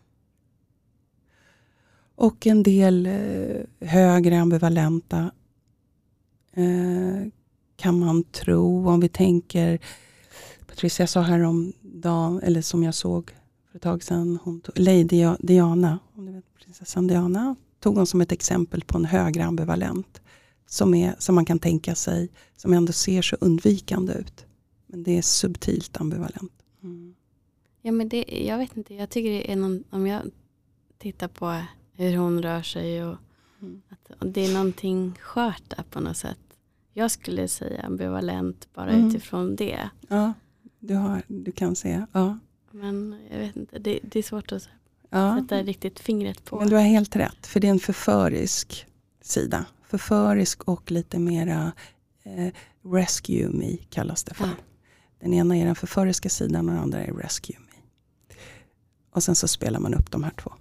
Och en del högre ambivalenta kan man tro. Om vi tänker, Patricia sa här om dagen, eller som jag såg för ett tag sedan, Lady Diana, om du vet, prinsessan Diana, tog hon som ett exempel på en högre ambivalent. Som man kan tänka sig, som ändå ser så undvikande ut. Men det är subtilt ambivalent. Ja men jag vet inte, jag tycker det är någon, om jag tittar på hur hon rör sig och att det är någonting skört där på något sätt. Jag skulle säga ambivalent bara utifrån det. Ja, du kan säga. Ja. Men jag vet inte, det är svårt att sätta riktigt fingret på. Men du har helt rätt, för det är en förförisk sida. Förförisk och lite mera rescue me kallas det för. Den ena är den förföriska sidan och den andra är rescue me. Och sen så spelar man upp de här två.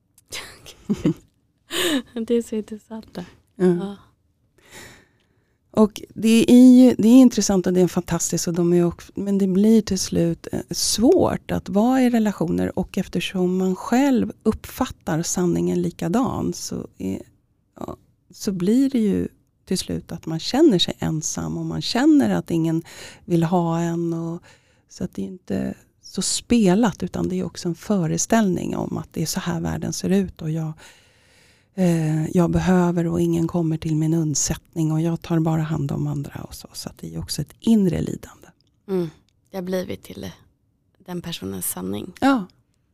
Det är så intressant. Ja. Och det är intressant och det är fantastiskt, och men det blir till slut svårt att vara i relationer, och eftersom man själv uppfattar sanningen likadan så blir det ju till slut att man känner sig ensam och man känner att ingen vill ha en. Så att det är inte så spelat, utan det är också en föreställning om att det är så här världen ser ut, och jag behöver och ingen kommer till min undsättning och jag tar bara hand om andra och så. Så att det är också ett inre lidande. Det har blivit till den personens sanning. Ja.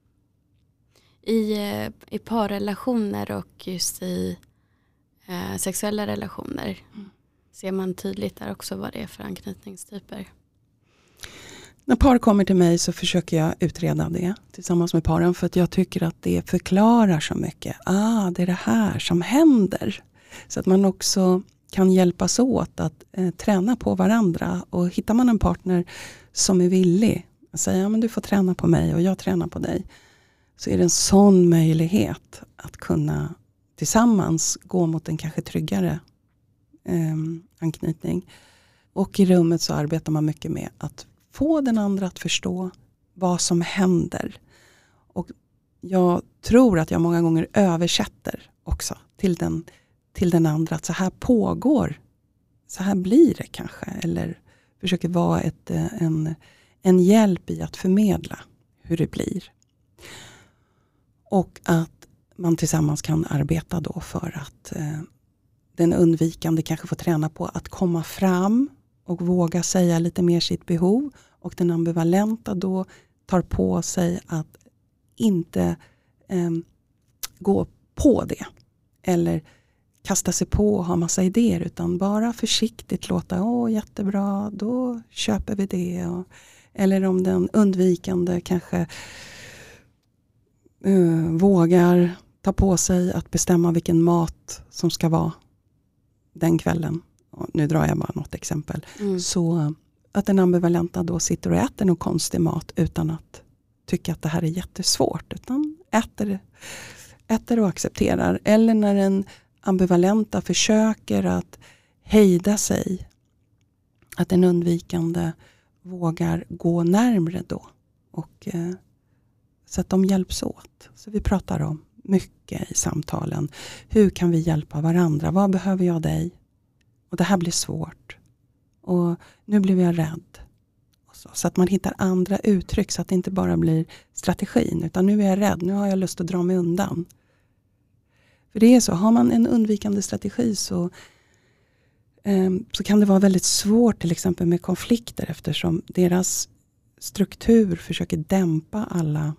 I parrelationer och just i sexuella relationer ser man tydligt där också vad det är för anknytningstyper. När par kommer till mig så försöker jag utreda det tillsammans med paren, för att jag tycker att det förklarar så mycket. Det är det här som händer. Så att man också kan hjälpas åt att träna på varandra. Och hittar man en partner som är villig att säga, men du får träna på mig och jag tränar på dig, så är det en sån möjlighet att kunna tillsammans gå mot en kanske tryggare anknytning. Och i rummet så arbetar man mycket med att få den andra att förstå vad som händer. Och jag tror att jag många gånger översätter också till den andra att så här pågår, så här blir det kanske. Eller försöker vara en hjälp i att förmedla hur det blir. Och att man tillsammans kan arbeta då för att den undvikande kanske får träna på att komma fram och våga säga lite mer sitt behov. Och den ambivalenta då tar på sig att inte gå på det. Eller kasta sig på och ha massa idéer. Utan bara försiktigt låta, jättebra, då köper vi det. Eller om den undvikande kanske vågar ta på sig att bestämma vilken mat som ska vara den kvällen. Och nu drar jag bara något exempel. Så att den ambivalenta då sitter och äter någon konstig mat utan att tycka att det här är jättesvårt. Utan äter och accepterar. Eller när den ambivalenta försöker att hejda sig. Att den undvikande vågar gå närmre då. Och så att de hjälps åt. Så vi pratar om mycket i samtalen. Hur kan vi hjälpa varandra? Vad behöver jag dig? Och det här blir svårt. Och nu blev jag rädd. Så att man hittar andra uttryck så att det inte bara blir strategin. Utan nu är jag rädd. Nu har jag lust att dra mig undan. För det är så. Har man en undvikande strategi så kan det vara väldigt svårt till exempel med konflikter. Eftersom deras struktur försöker dämpa alla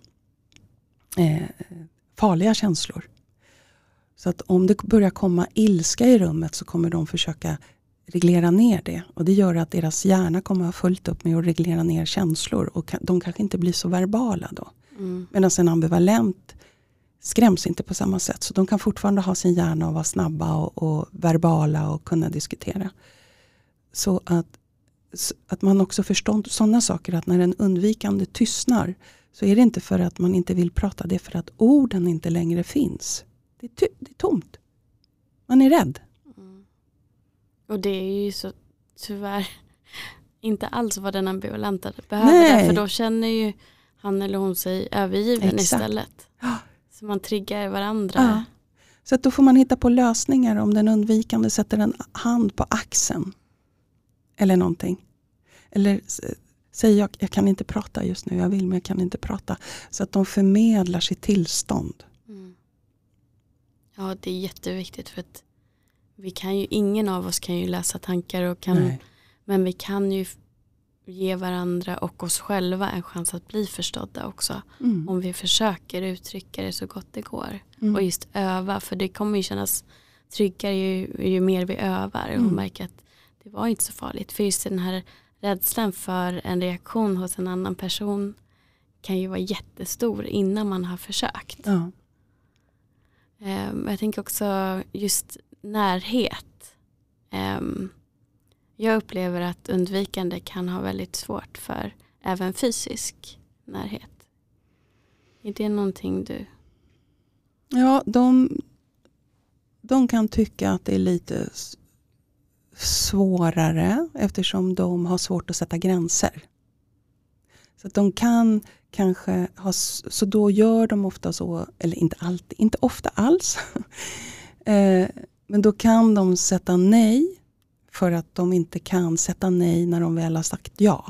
farliga känslor. Så att om det börjar komma ilska i rummet så kommer de försöka reglera ner det. Och det gör att deras hjärna kommer att ha fullt upp med att reglera ner känslor. Och de kanske inte blir så verbala då. Medan en ambivalent skräms inte på samma sätt. Så de kan fortfarande ha sin hjärna och vara snabba och verbala och kunna diskutera. Så att man också förstår sådana saker, att när en undvikande tystnar så är det inte för att man inte vill prata, det är för att orden inte längre finns. Det är tomt. Man är rädd. Och det är ju så tyvärr inte alls vad den ambivalenta behöver. Nej. För då känner ju han eller hon sig övergiven istället. Så man triggar varandra. Ja. Så att då får man hitta på lösningar om den undvikande sätter en hand på axeln. Eller någonting. Eller säger jag kan inte prata just nu, jag vill men jag kan inte prata. Så att de förmedlar sitt tillstånd. Ja, det är jätteviktigt för att ingen av oss kan ju läsa tankar men vi kan ju ge varandra och oss själva en chans att bli förstådda också. Om vi försöker uttrycka det så gott det går. Och just öva, för det kommer ju kännas tryggare ju mer vi övar och märker att det var inte så farligt. För just den här rädslan för en reaktion hos en annan person kan ju vara jättestor innan man har försökt. Ja. Jag tänker också just närhet. Jag upplever att undvikande kan ha väldigt svårt för även fysisk närhet. Är det någonting du... Ja, de kan tycka att det är lite svårare eftersom de har svårt att sätta gränser. Så att de kan kanske ha, så då gör de ofta så, eller inte alltid, inte ofta alls. Men då kan de sätta nej för att de inte kan sätta nej när de väl har sagt ja.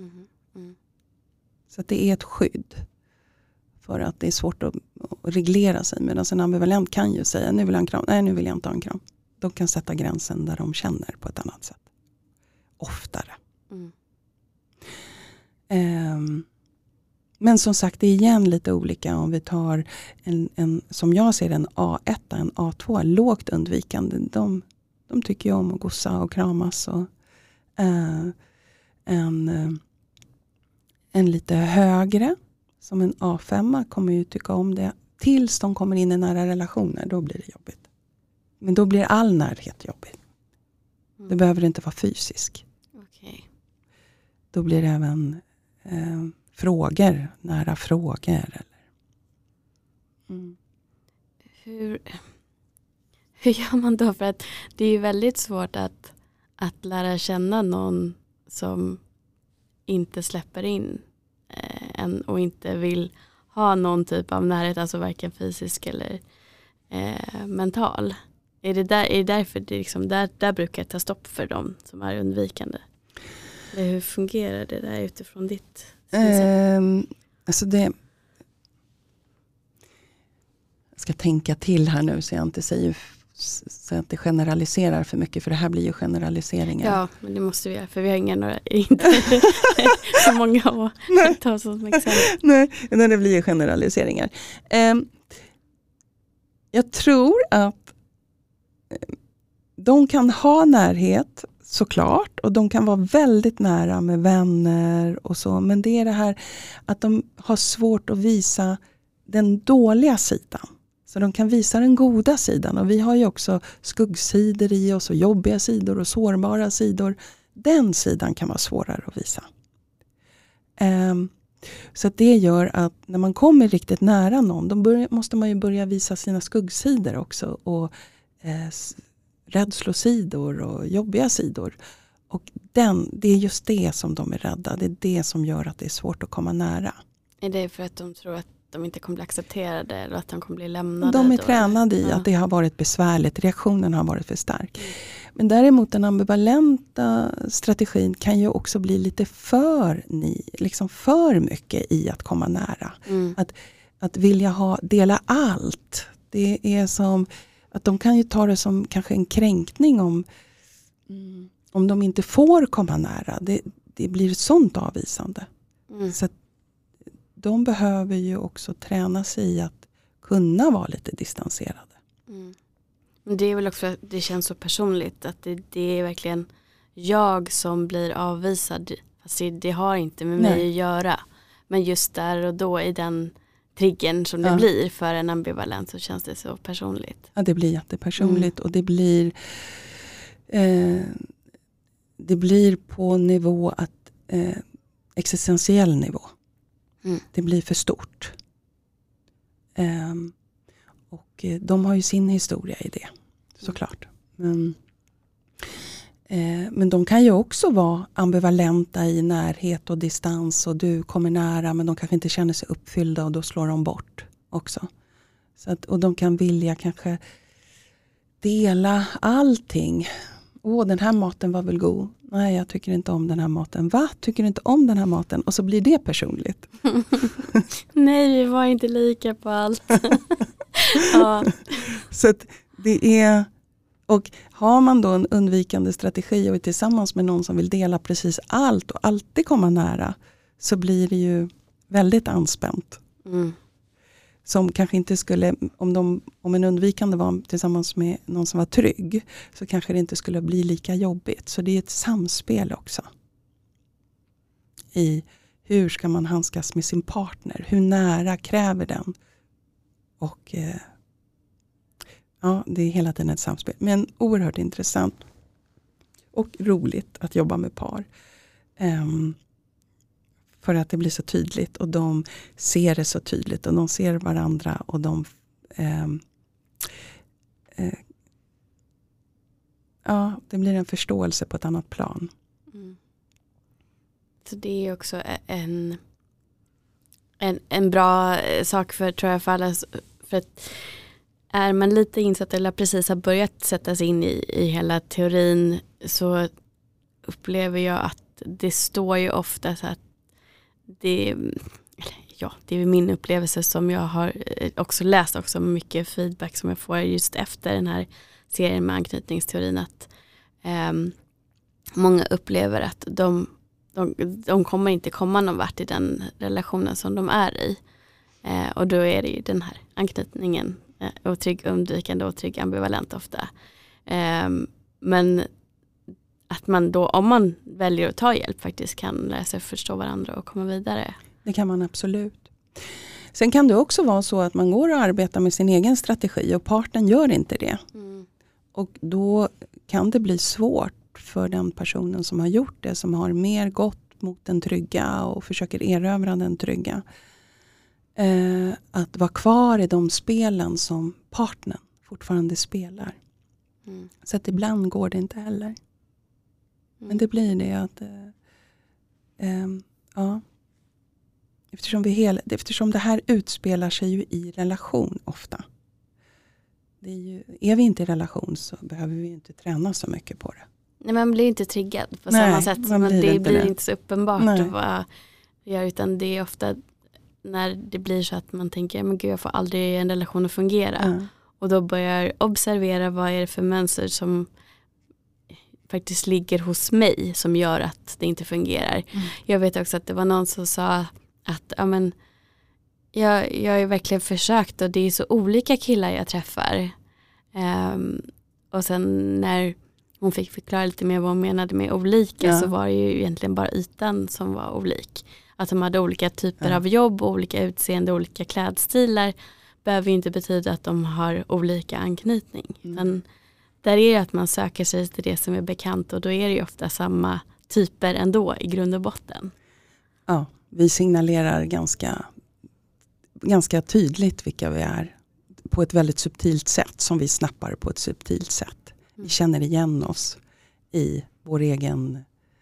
Så att det är ett skydd för att det är svårt att reglera sig. Medan en ambivalent kan ju säga, nu vill jag ha en kram, nej nu vill jag inte ha en kram. De kan sätta gränsen där de känner på ett annat sätt. Oftare. Men som sagt, det är igen lite olika om vi tar en som jag ser en A1, en A2, lågt undvikande. De tycker ju om att gossa och kramas. Och, en lite högre, som en A5 kommer ju tycka om det. Tills de kommer in i nära relationer, då blir det jobbigt. Men då blir all närhet jobbigt. Det behöver inte vara fysisk. Okay. Då blir det även frågor, nära frågor. Eller. Hur gör man då? För att det är ju väldigt svårt att lära känna någon som inte släpper in en och inte vill ha någon typ av närhet, alltså varken fysisk eller mental. Är det därför det liksom, där brukar jag ta stopp för dem som är undvikande? Eller hur fungerar det där utifrån ditt alltså det, jag ska tänka till här nu så jag inte säger så att det generaliserar för mycket, för det här blir ju generaliseringar. Ja, men det måste vi göra, för vi har inte så många att ta som exempel. Nej, det blir ju generaliseringar. Jag tror att de kan ha närhet såklart, och de kan vara väldigt nära med vänner och så, men det är det här att de har svårt att visa den dåliga sidan. Så de kan visa den goda sidan, och vi har ju också skuggsidor i oss och jobbiga sidor och sårbara sidor. Den sidan kan vara svårare att visa. Så att det gör att när man kommer riktigt nära någon, då måste man ju börja visa sina skuggsidor också, och rädslosidor och jobbiga sidor. Och det är just det som de är rädda. Det är det som gör att det är svårt att komma nära. Är det för att de tror att de inte kommer bli accepterade eller att de kommer bli lämnade? De är tränade i att det har varit besvärligt. Reaktionen har varit för stark. Men däremot den ambivalenta strategin kan ju också bli lite för mycket i att komma nära. Att vilja dela allt. Det är som att de kan ju ta det som kanske en kränkning om de inte får komma nära. Det blir ett sånt avvisande. Så att de behöver ju också träna sig i att kunna vara lite distanserade. Men det är väl också, det känns så personligt att det är verkligen jag som blir avvisad. Alltså det har inte med mig att göra. Men just där och då i den triggern som det blir för en ambivalent, så känns det så personligt. Ja, det blir jättepersonligt, och det blir på nivå existentiell nivå. Det blir för stort. Och de har ju sin historia i det, såklart. Men de kan ju också vara ambivalenta i närhet och distans, och du kommer nära men de kanske inte känner sig uppfyllda, och då slår de bort också. Så att, och de kan vilja kanske dela allting. Den här maten var väl god. Nej, jag tycker inte om den här maten. Va? Tycker du inte om den här maten? Och så blir det personligt. Nej, vi var inte lika på allt. Ja. Så att det är... Och har man då en undvikande strategi och är tillsammans med någon som vill dela precis allt och alltid komma nära, så blir det ju väldigt anspänt. Som kanske inte skulle, om en undvikande var tillsammans med någon som var trygg, så kanske det inte skulle bli lika jobbigt. Så det är ett samspel också. I hur ska man handskas med sin partner? Hur nära kräver den? Och det är hela tiden ett samspel. Men oerhört intressant och roligt att jobba med par. För att det blir så tydligt, och de ser det så tydligt, och de ser varandra, och de det blir en förståelse på ett annat plan. Mm. Så det är också en bra sak tror jag för alla. För att är man lite insatt eller precis har börjat sätta sig in i hela teorin, så upplever jag att det står ju ofta så att det är min upplevelse som jag har också läst också mycket feedback som jag får just efter den här serien med anknytningsteorin, att många upplever att de kommer inte komma någon vart i den relationen som de är i. Och då är det ju den här anknytningen, otrygg, undvikande, otrygg, ambivalent ofta. Men att man då, om man väljer att ta hjälp, faktiskt kan lära sig förstå varandra och komma vidare. Det kan man absolut. Sen kan det också vara så att man går och arbetar med sin egen strategi och parten gör inte det. Mm. Och då kan det bli svårt för den personen som har gjort det, som har mer gått mot den trygga och försöker erövra den trygga. Att vara kvar i de spelen som partnern fortfarande spelar. Mm. Så att ibland går det inte heller. Mm. Men det blir det att eftersom det här utspelar sig ju i relation ofta. Är vi inte i relation så behöver vi inte träna så mycket på det. Nej, man blir inte triggad på samma sätt. Det blir inte så uppenbart vad gör, utan det är ofta när det blir så att man tänker, men gud, jag får aldrig en relation att fungera. Och då börjar observera vad är det för mönster som faktiskt ligger hos mig som gör att det inte fungerar. Jag vet också att det var någon som sa att jag har verkligen försökt och det är så olika killar jag träffar. Och sen när hon fick förklara lite mer vad hon menade med olika, så var det ju egentligen bara ytan som var olik. Att de hade olika typer av jobb, olika utseende, olika klädstilar behöver inte betyda att de har olika anknytning. Men där är det att man söker sig till det som är bekant, och då är det ju ofta samma typer ändå i grund och botten. Ja, vi signalerar ganska tydligt vilka vi är på ett väldigt subtilt sätt, som vi snappar på ett subtilt sätt. Vi känner igen oss i vår egen,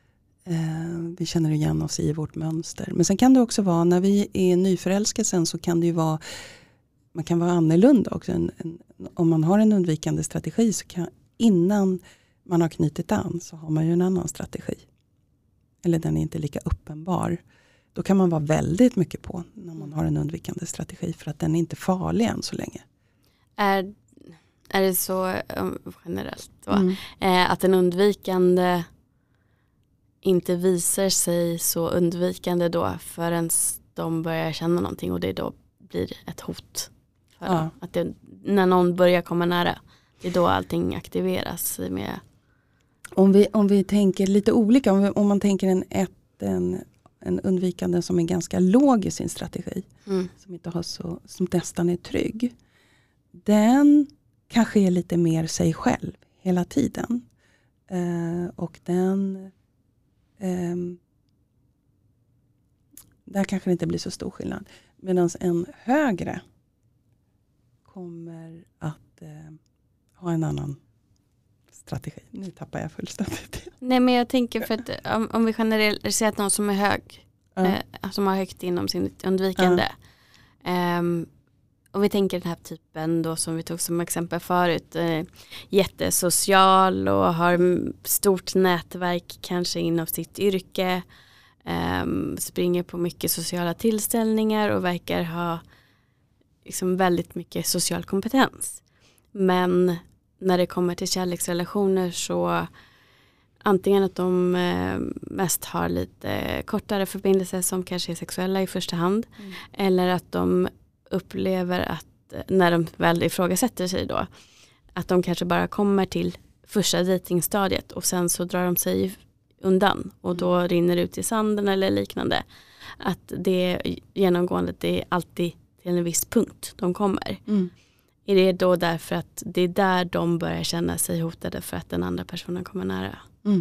vi känner igen oss i vårt mönster. Men sen kan det också vara, när vi är i nyförälskelsen, så kan det ju vara, man kan vara annorlunda också. Om man har en undvikande strategi, så kan, innan man har knutit an, så har man ju en annan strategi. Eller den är inte lika uppenbar. Då kan man vara väldigt mycket på när man har en undvikande strategi, för att den är inte farlig än så länge. Är det så generellt då? Att en undvikande inte visar sig så undvikande då förrän de börjar känna någonting, och det då blir ett hot för dem. Att när någon börjar komma nära, det är då allting aktiveras med. Om vi tänker lite olika, om man tänker en undvikande som är ganska låg i sin strategi, som inte har som nästan är trygg, den kanske är lite mer sig själv hela tiden. Och den där kanske det inte blir så stor skillnad. Medan en högre kommer att ha en annan strategi. Nu tappar jag fullständigt. Nej, men jag tänker för att om vi generellt ser att någon som är hög, som har högt inom sin undvikande, om vi tänker den här typen då som vi tog som exempel förut, jättesocial och har stort nätverk kanske inom sitt yrke, springer på mycket sociala tillställningar och verkar ha liksom väldigt mycket social kompetens. Men när det kommer till kärleksrelationer, så antingen att de mest har lite kortare förbindelser som kanske är sexuella i första hand, eller att de upplever att när de väl ifrågasätter sig då, att de kanske bara kommer till första dejtingstadiet och sen så drar de sig undan och då rinner ut i sanden eller liknande. Att det genomgående, det är alltid till en viss punkt de kommer. Är det då därför att det är där de börjar känna sig hotade för att den andra personen kommer nära?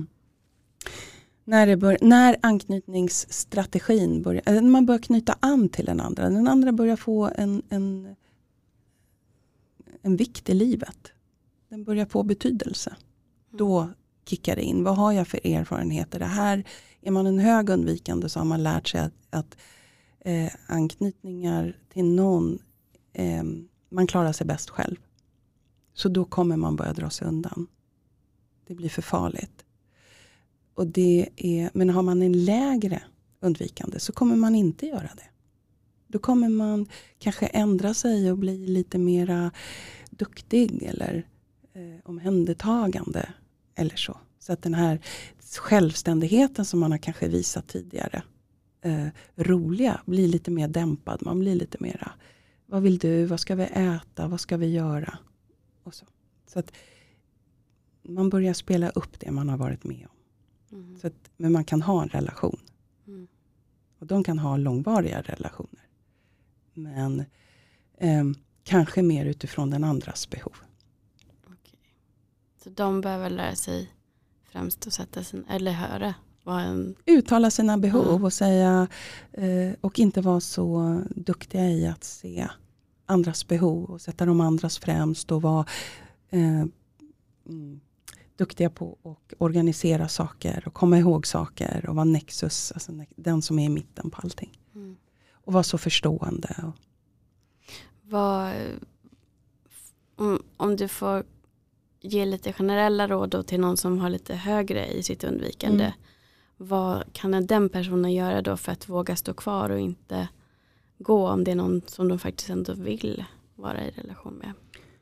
När anknytningsstrategin börjar, man börjar knyta an till den andra börjar få en vikt i livet. Den börjar få betydelse. Då kickar det in. Vad har jag för erfarenheter? Det här, är man en hög undvikande så har man lärt sig att anknytningar till någon, man klarar sig bäst själv. Så då kommer man börja dra sig undan. Det blir för farligt. Och men har man en lägre undvikande så kommer man inte göra det. Då kommer man kanske ändra sig och bli lite mera duktig eller omhändertagande eller så. Så att den här självständigheten som man har kanske visat tidigare, roliga, blir lite mer dämpad. Man blir lite mera, vad vill du, vad ska vi äta, vad ska vi göra? Och så att man börjar spela upp det man har varit med om. Så att, men man kan ha en relation. Och de kan ha långvariga relationer. Men kanske mer utifrån den andras behov. Okej. Så de behöver lära sig främst att sätta sin, eller höra. Uttala sina behov och säga och inte vara så duktiga i att se andras behov och sätta de andras främst och vara duktiga på att organisera saker och komma ihåg saker och vara nexus, alltså den som är i mitten på allting. Och vara så förstående. Om du får ge lite generella råd då till någon som har lite högre i sitt undvikande, vad kan den personen göra då för att våga stå kvar och inte gå om det är någon som de faktiskt ändå vill vara i relation med?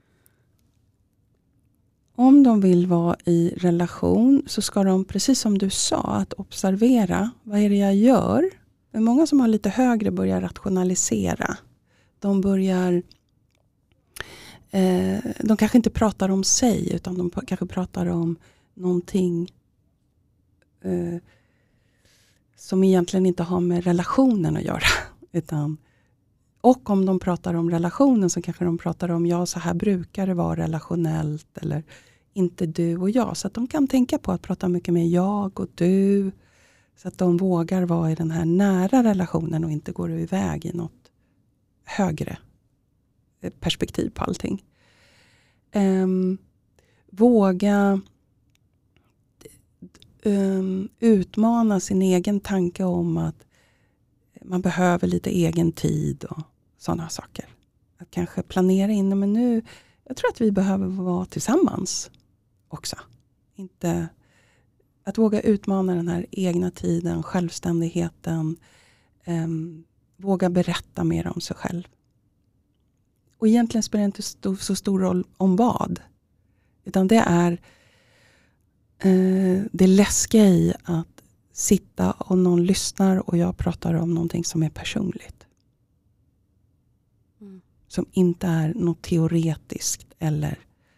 Om de vill vara i relation så ska de, precis som du sa, att observera vad är det jag gör. Men många som har lite högre börjar rationalisera. De börjar, de kanske inte pratar om sig utan de kanske pratar om någonting som egentligen inte har med relationen att göra. Och om de pratar om relationen så kanske de pratar om ja, så här brukar det vara relationellt eller inte du och jag. Så att de kan tänka på att prata mycket med jag och du. Så att de vågar vara i den här nära relationen och inte går iväg i något högre perspektiv på allting. Våga utmana sin egen tanke om att man behöver lite egen tid och sådana saker. Att kanske planera in, men nu, jag tror att vi behöver vara tillsammans också. Inte att våga utmana den här egna tiden, självständigheten, våga berätta mer om sig själv. Och egentligen spelar det inte så stor roll om vad. Utan det är det läskiga i att sitta och någon lyssnar och jag pratar om någonting som är personligt. Som inte är något teoretiskt eller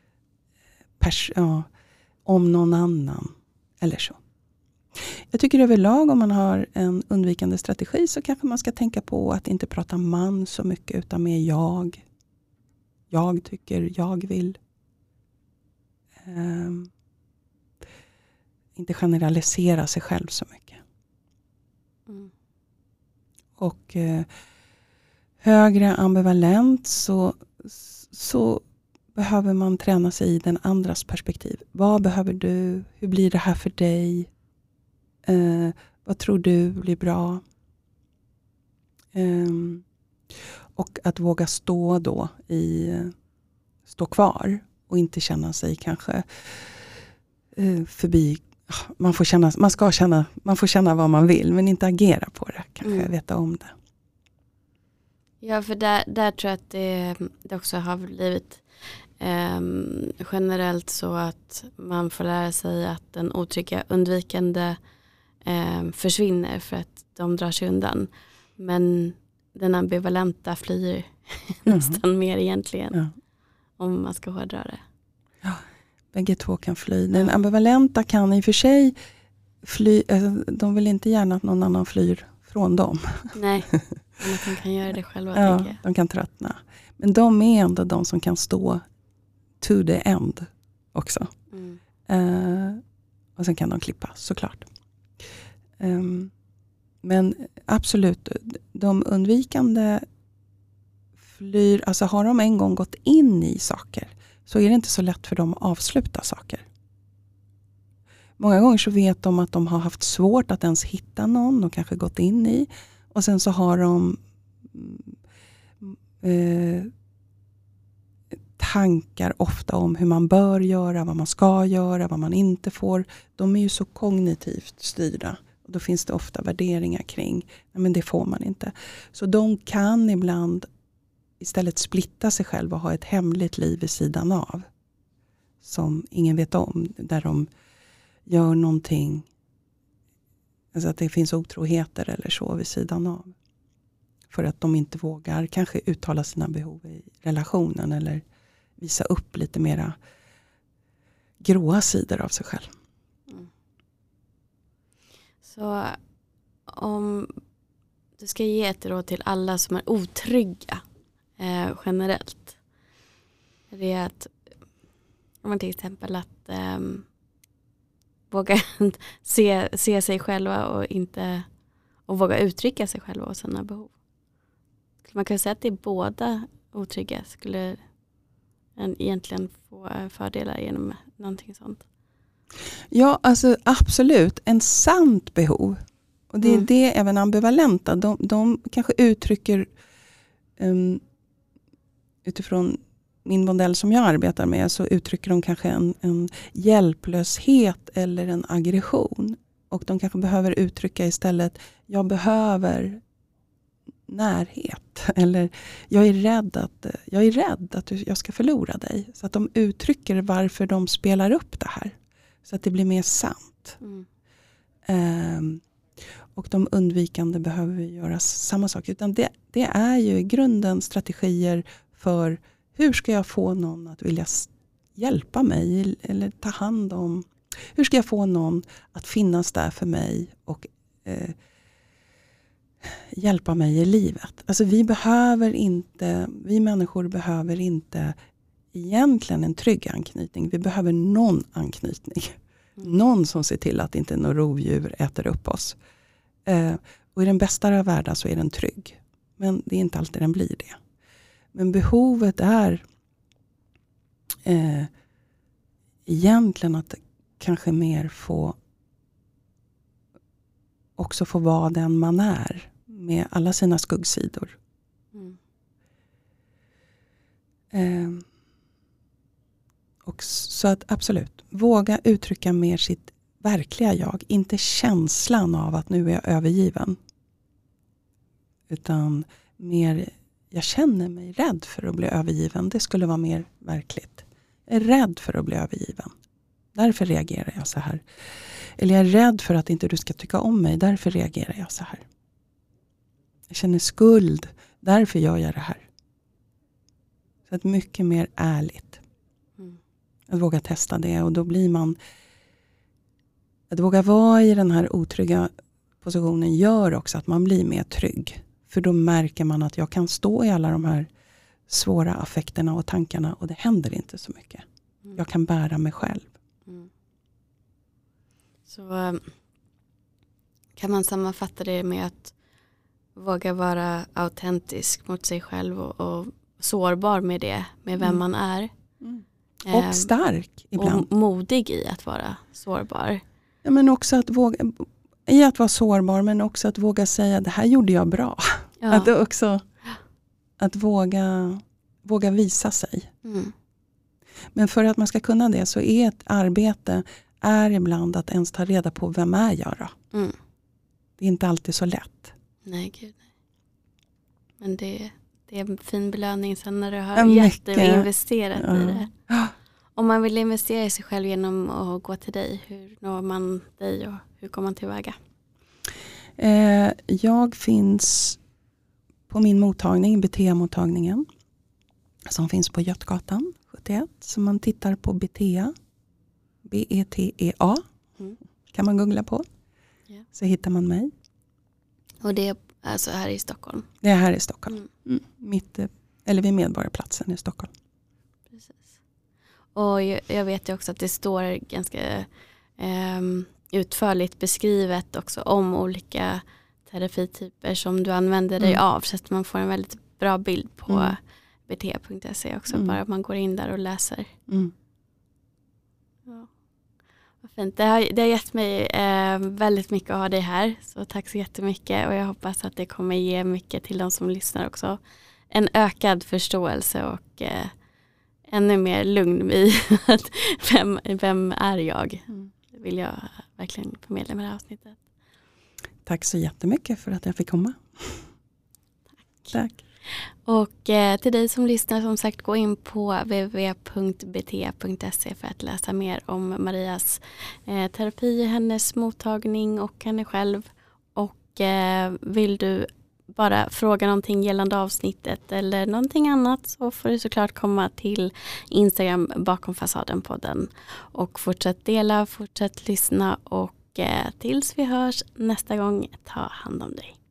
om någon annan eller så. Jag tycker överlag om man har en undvikande strategi så kanske man ska tänka på att inte prata man så mycket utan mer jag. Jag tycker, jag vill. Inte generalisera sig själv så mycket. Och högre ambivalent så behöver man träna sig i den andras perspektiv. Vad behöver du? Hur blir det här för dig? Vad tror du blir bra? Och att våga stå kvar och inte känna sig kanske förbi. Man får känna vad man vill men inte agera på det. Kanske veta om det. Ja, för där tror jag att det också har blivit generellt så att man får lära sig att den otrygga undvikande försvinner för att de drar sig undan. Men den ambivalenta flyr nästan mer egentligen. Ja. Om man ska hårdra det. Ja, bägge två kan fly. Den ambivalenta kan i och för sig fly. De vill inte gärna att någon annan flyr från dem. Nej, men de kan göra det själva. Ja, de kan tröttna. Men de är ändå de som kan stå to the end också. Och sen kan de klippa, såklart. Men absolut, de undvikande flyr, alltså har de en gång gått in i saker så är det inte så lätt för dem att avsluta saker. många gånger så vet de att de har haft svårt att ens hitta någon. De kanske gått in i. Och sen så har de tankar ofta om hur man bör göra, vad man ska göra, vad man inte får. De är ju så kognitivt styrda. Och då finns det ofta värderingar kring, nej men det får man inte. Så de kan ibland istället splitta sig själva och ha ett hemligt liv vid sidan av. Som ingen vet om. Där de gör någonting. Alltså att det finns otroheter eller så vid sidan av. För att de inte vågar kanske uttala sina behov i relationen. Eller visa upp lite mera gråa sidor av sig själv. Mm. Så om du ska ge ett råd till alla som är otrygga generellt. Det är att om man till exempel att våga se sig själva och våga uttrycka sig själva och sina behov. Man kan säga att det är båda otrygga skulle egentligen få fördelar genom någonting sånt. Ja, alltså absolut. En sant behov. Och det är det även ambivalenta. De kanske uttrycker utifrån min modell som jag arbetar med, så uttrycker de kanske en hjälplöshet eller en aggression. Och de kanske behöver uttrycka istället, jag behöver närhet. Eller jag är rädd att jag ska förlora dig. Så att de uttrycker varför de spelar upp det här. Så att det blir mer sant. Och de undvikande behöver göra samma sak. Utan det är ju i grunden strategier för hur ska jag få någon att vilja hjälpa mig eller ta hand om. Hur ska jag få någon att finnas där för mig och hjälpa mig i livet. Alltså vi människor behöver inte egentligen en trygg anknytning. Vi behöver någon anknytning. Någon som ser till att inte några rovdjur äter upp oss. Och i den bästa av världar så är den trygg. Men det är inte alltid den blir det. Men behovet är egentligen att kanske mer också få vara den man är. Med alla sina skuggsidor. Och så att absolut, våga uttrycka mer sitt verkliga jag. Inte känslan av att nu är jag övergiven. Utan mer, jag känner mig rädd för att bli övergiven. Det skulle vara mer verkligt. Jag är rädd för att bli övergiven. Därför reagerar jag så här. Eller jag är rädd för att inte du ska tycka om mig. Därför reagerar jag så här. Jag känner skuld. Därför gör jag det här. Så att mycket mer ärligt. Att våga testa det. Och då blir man. Att våga vara i den här otrygga positionen gör också att man blir mer trygg. För då märker man att jag kan stå i alla de här svåra affekterna och tankarna. Och det händer inte så mycket. Jag kan bära mig själv. Så kan man sammanfatta det med att våga vara autentisk mot sig själv och sårbar med det, med vem man är. Och stark ibland. Och modig i att vara sårbar. Ja, men också att vara sårbar, men också att våga säga det här gjorde jag bra. Ja. Att våga visa sig. Men för att man ska kunna det så är ett arbete ibland att ens ta reda på vem är jag då. Det är inte alltid så lätt. Nej, gud. Men det är en fin belöning sen när du har gett dig och investerat i det. Om man vill investera i sig själv genom att gå till dig, hur når man dig och hur kommer man tillväga? Jag finns på min mottagning, BTA-mottagningen, som finns på Götgatan 71. Så man tittar på BTA, BETEA, kan man googla på. Så hittar man mig. Och det är alltså här i Stockholm? Det är här i Stockholm. Vid Medborgarplatsen i Stockholm. Precis. Och jag vet ju också att det står ganska utförligt beskrivet också om olika terapityper som du använder dig av. Så att man får en väldigt bra bild på bt.se också. Bara man går in där och läser. Ja. Fint. Det har gett mig väldigt mycket att ha dig här. Så tack så jättemycket. Och jag hoppas att det kommer ge mycket till de som lyssnar också. En ökad förståelse och ännu mer lugn i att vem är jag? Det vill jag verkligen förmedla med det här avsnittet. Tack så jättemycket för att jag fick komma. Tack. Och till dig som lyssnar, som sagt, gå in på www.bt.se för att läsa mer om Marias terapi, hennes mottagning och henne själv. Och vill du bara fråga någonting gällande avsnittet eller någonting annat, så får du såklart komma till Instagram bakom fasaden-podden. Och fortsätt dela, fortsätt lyssna, och tills vi hörs nästa gång, ta hand om dig.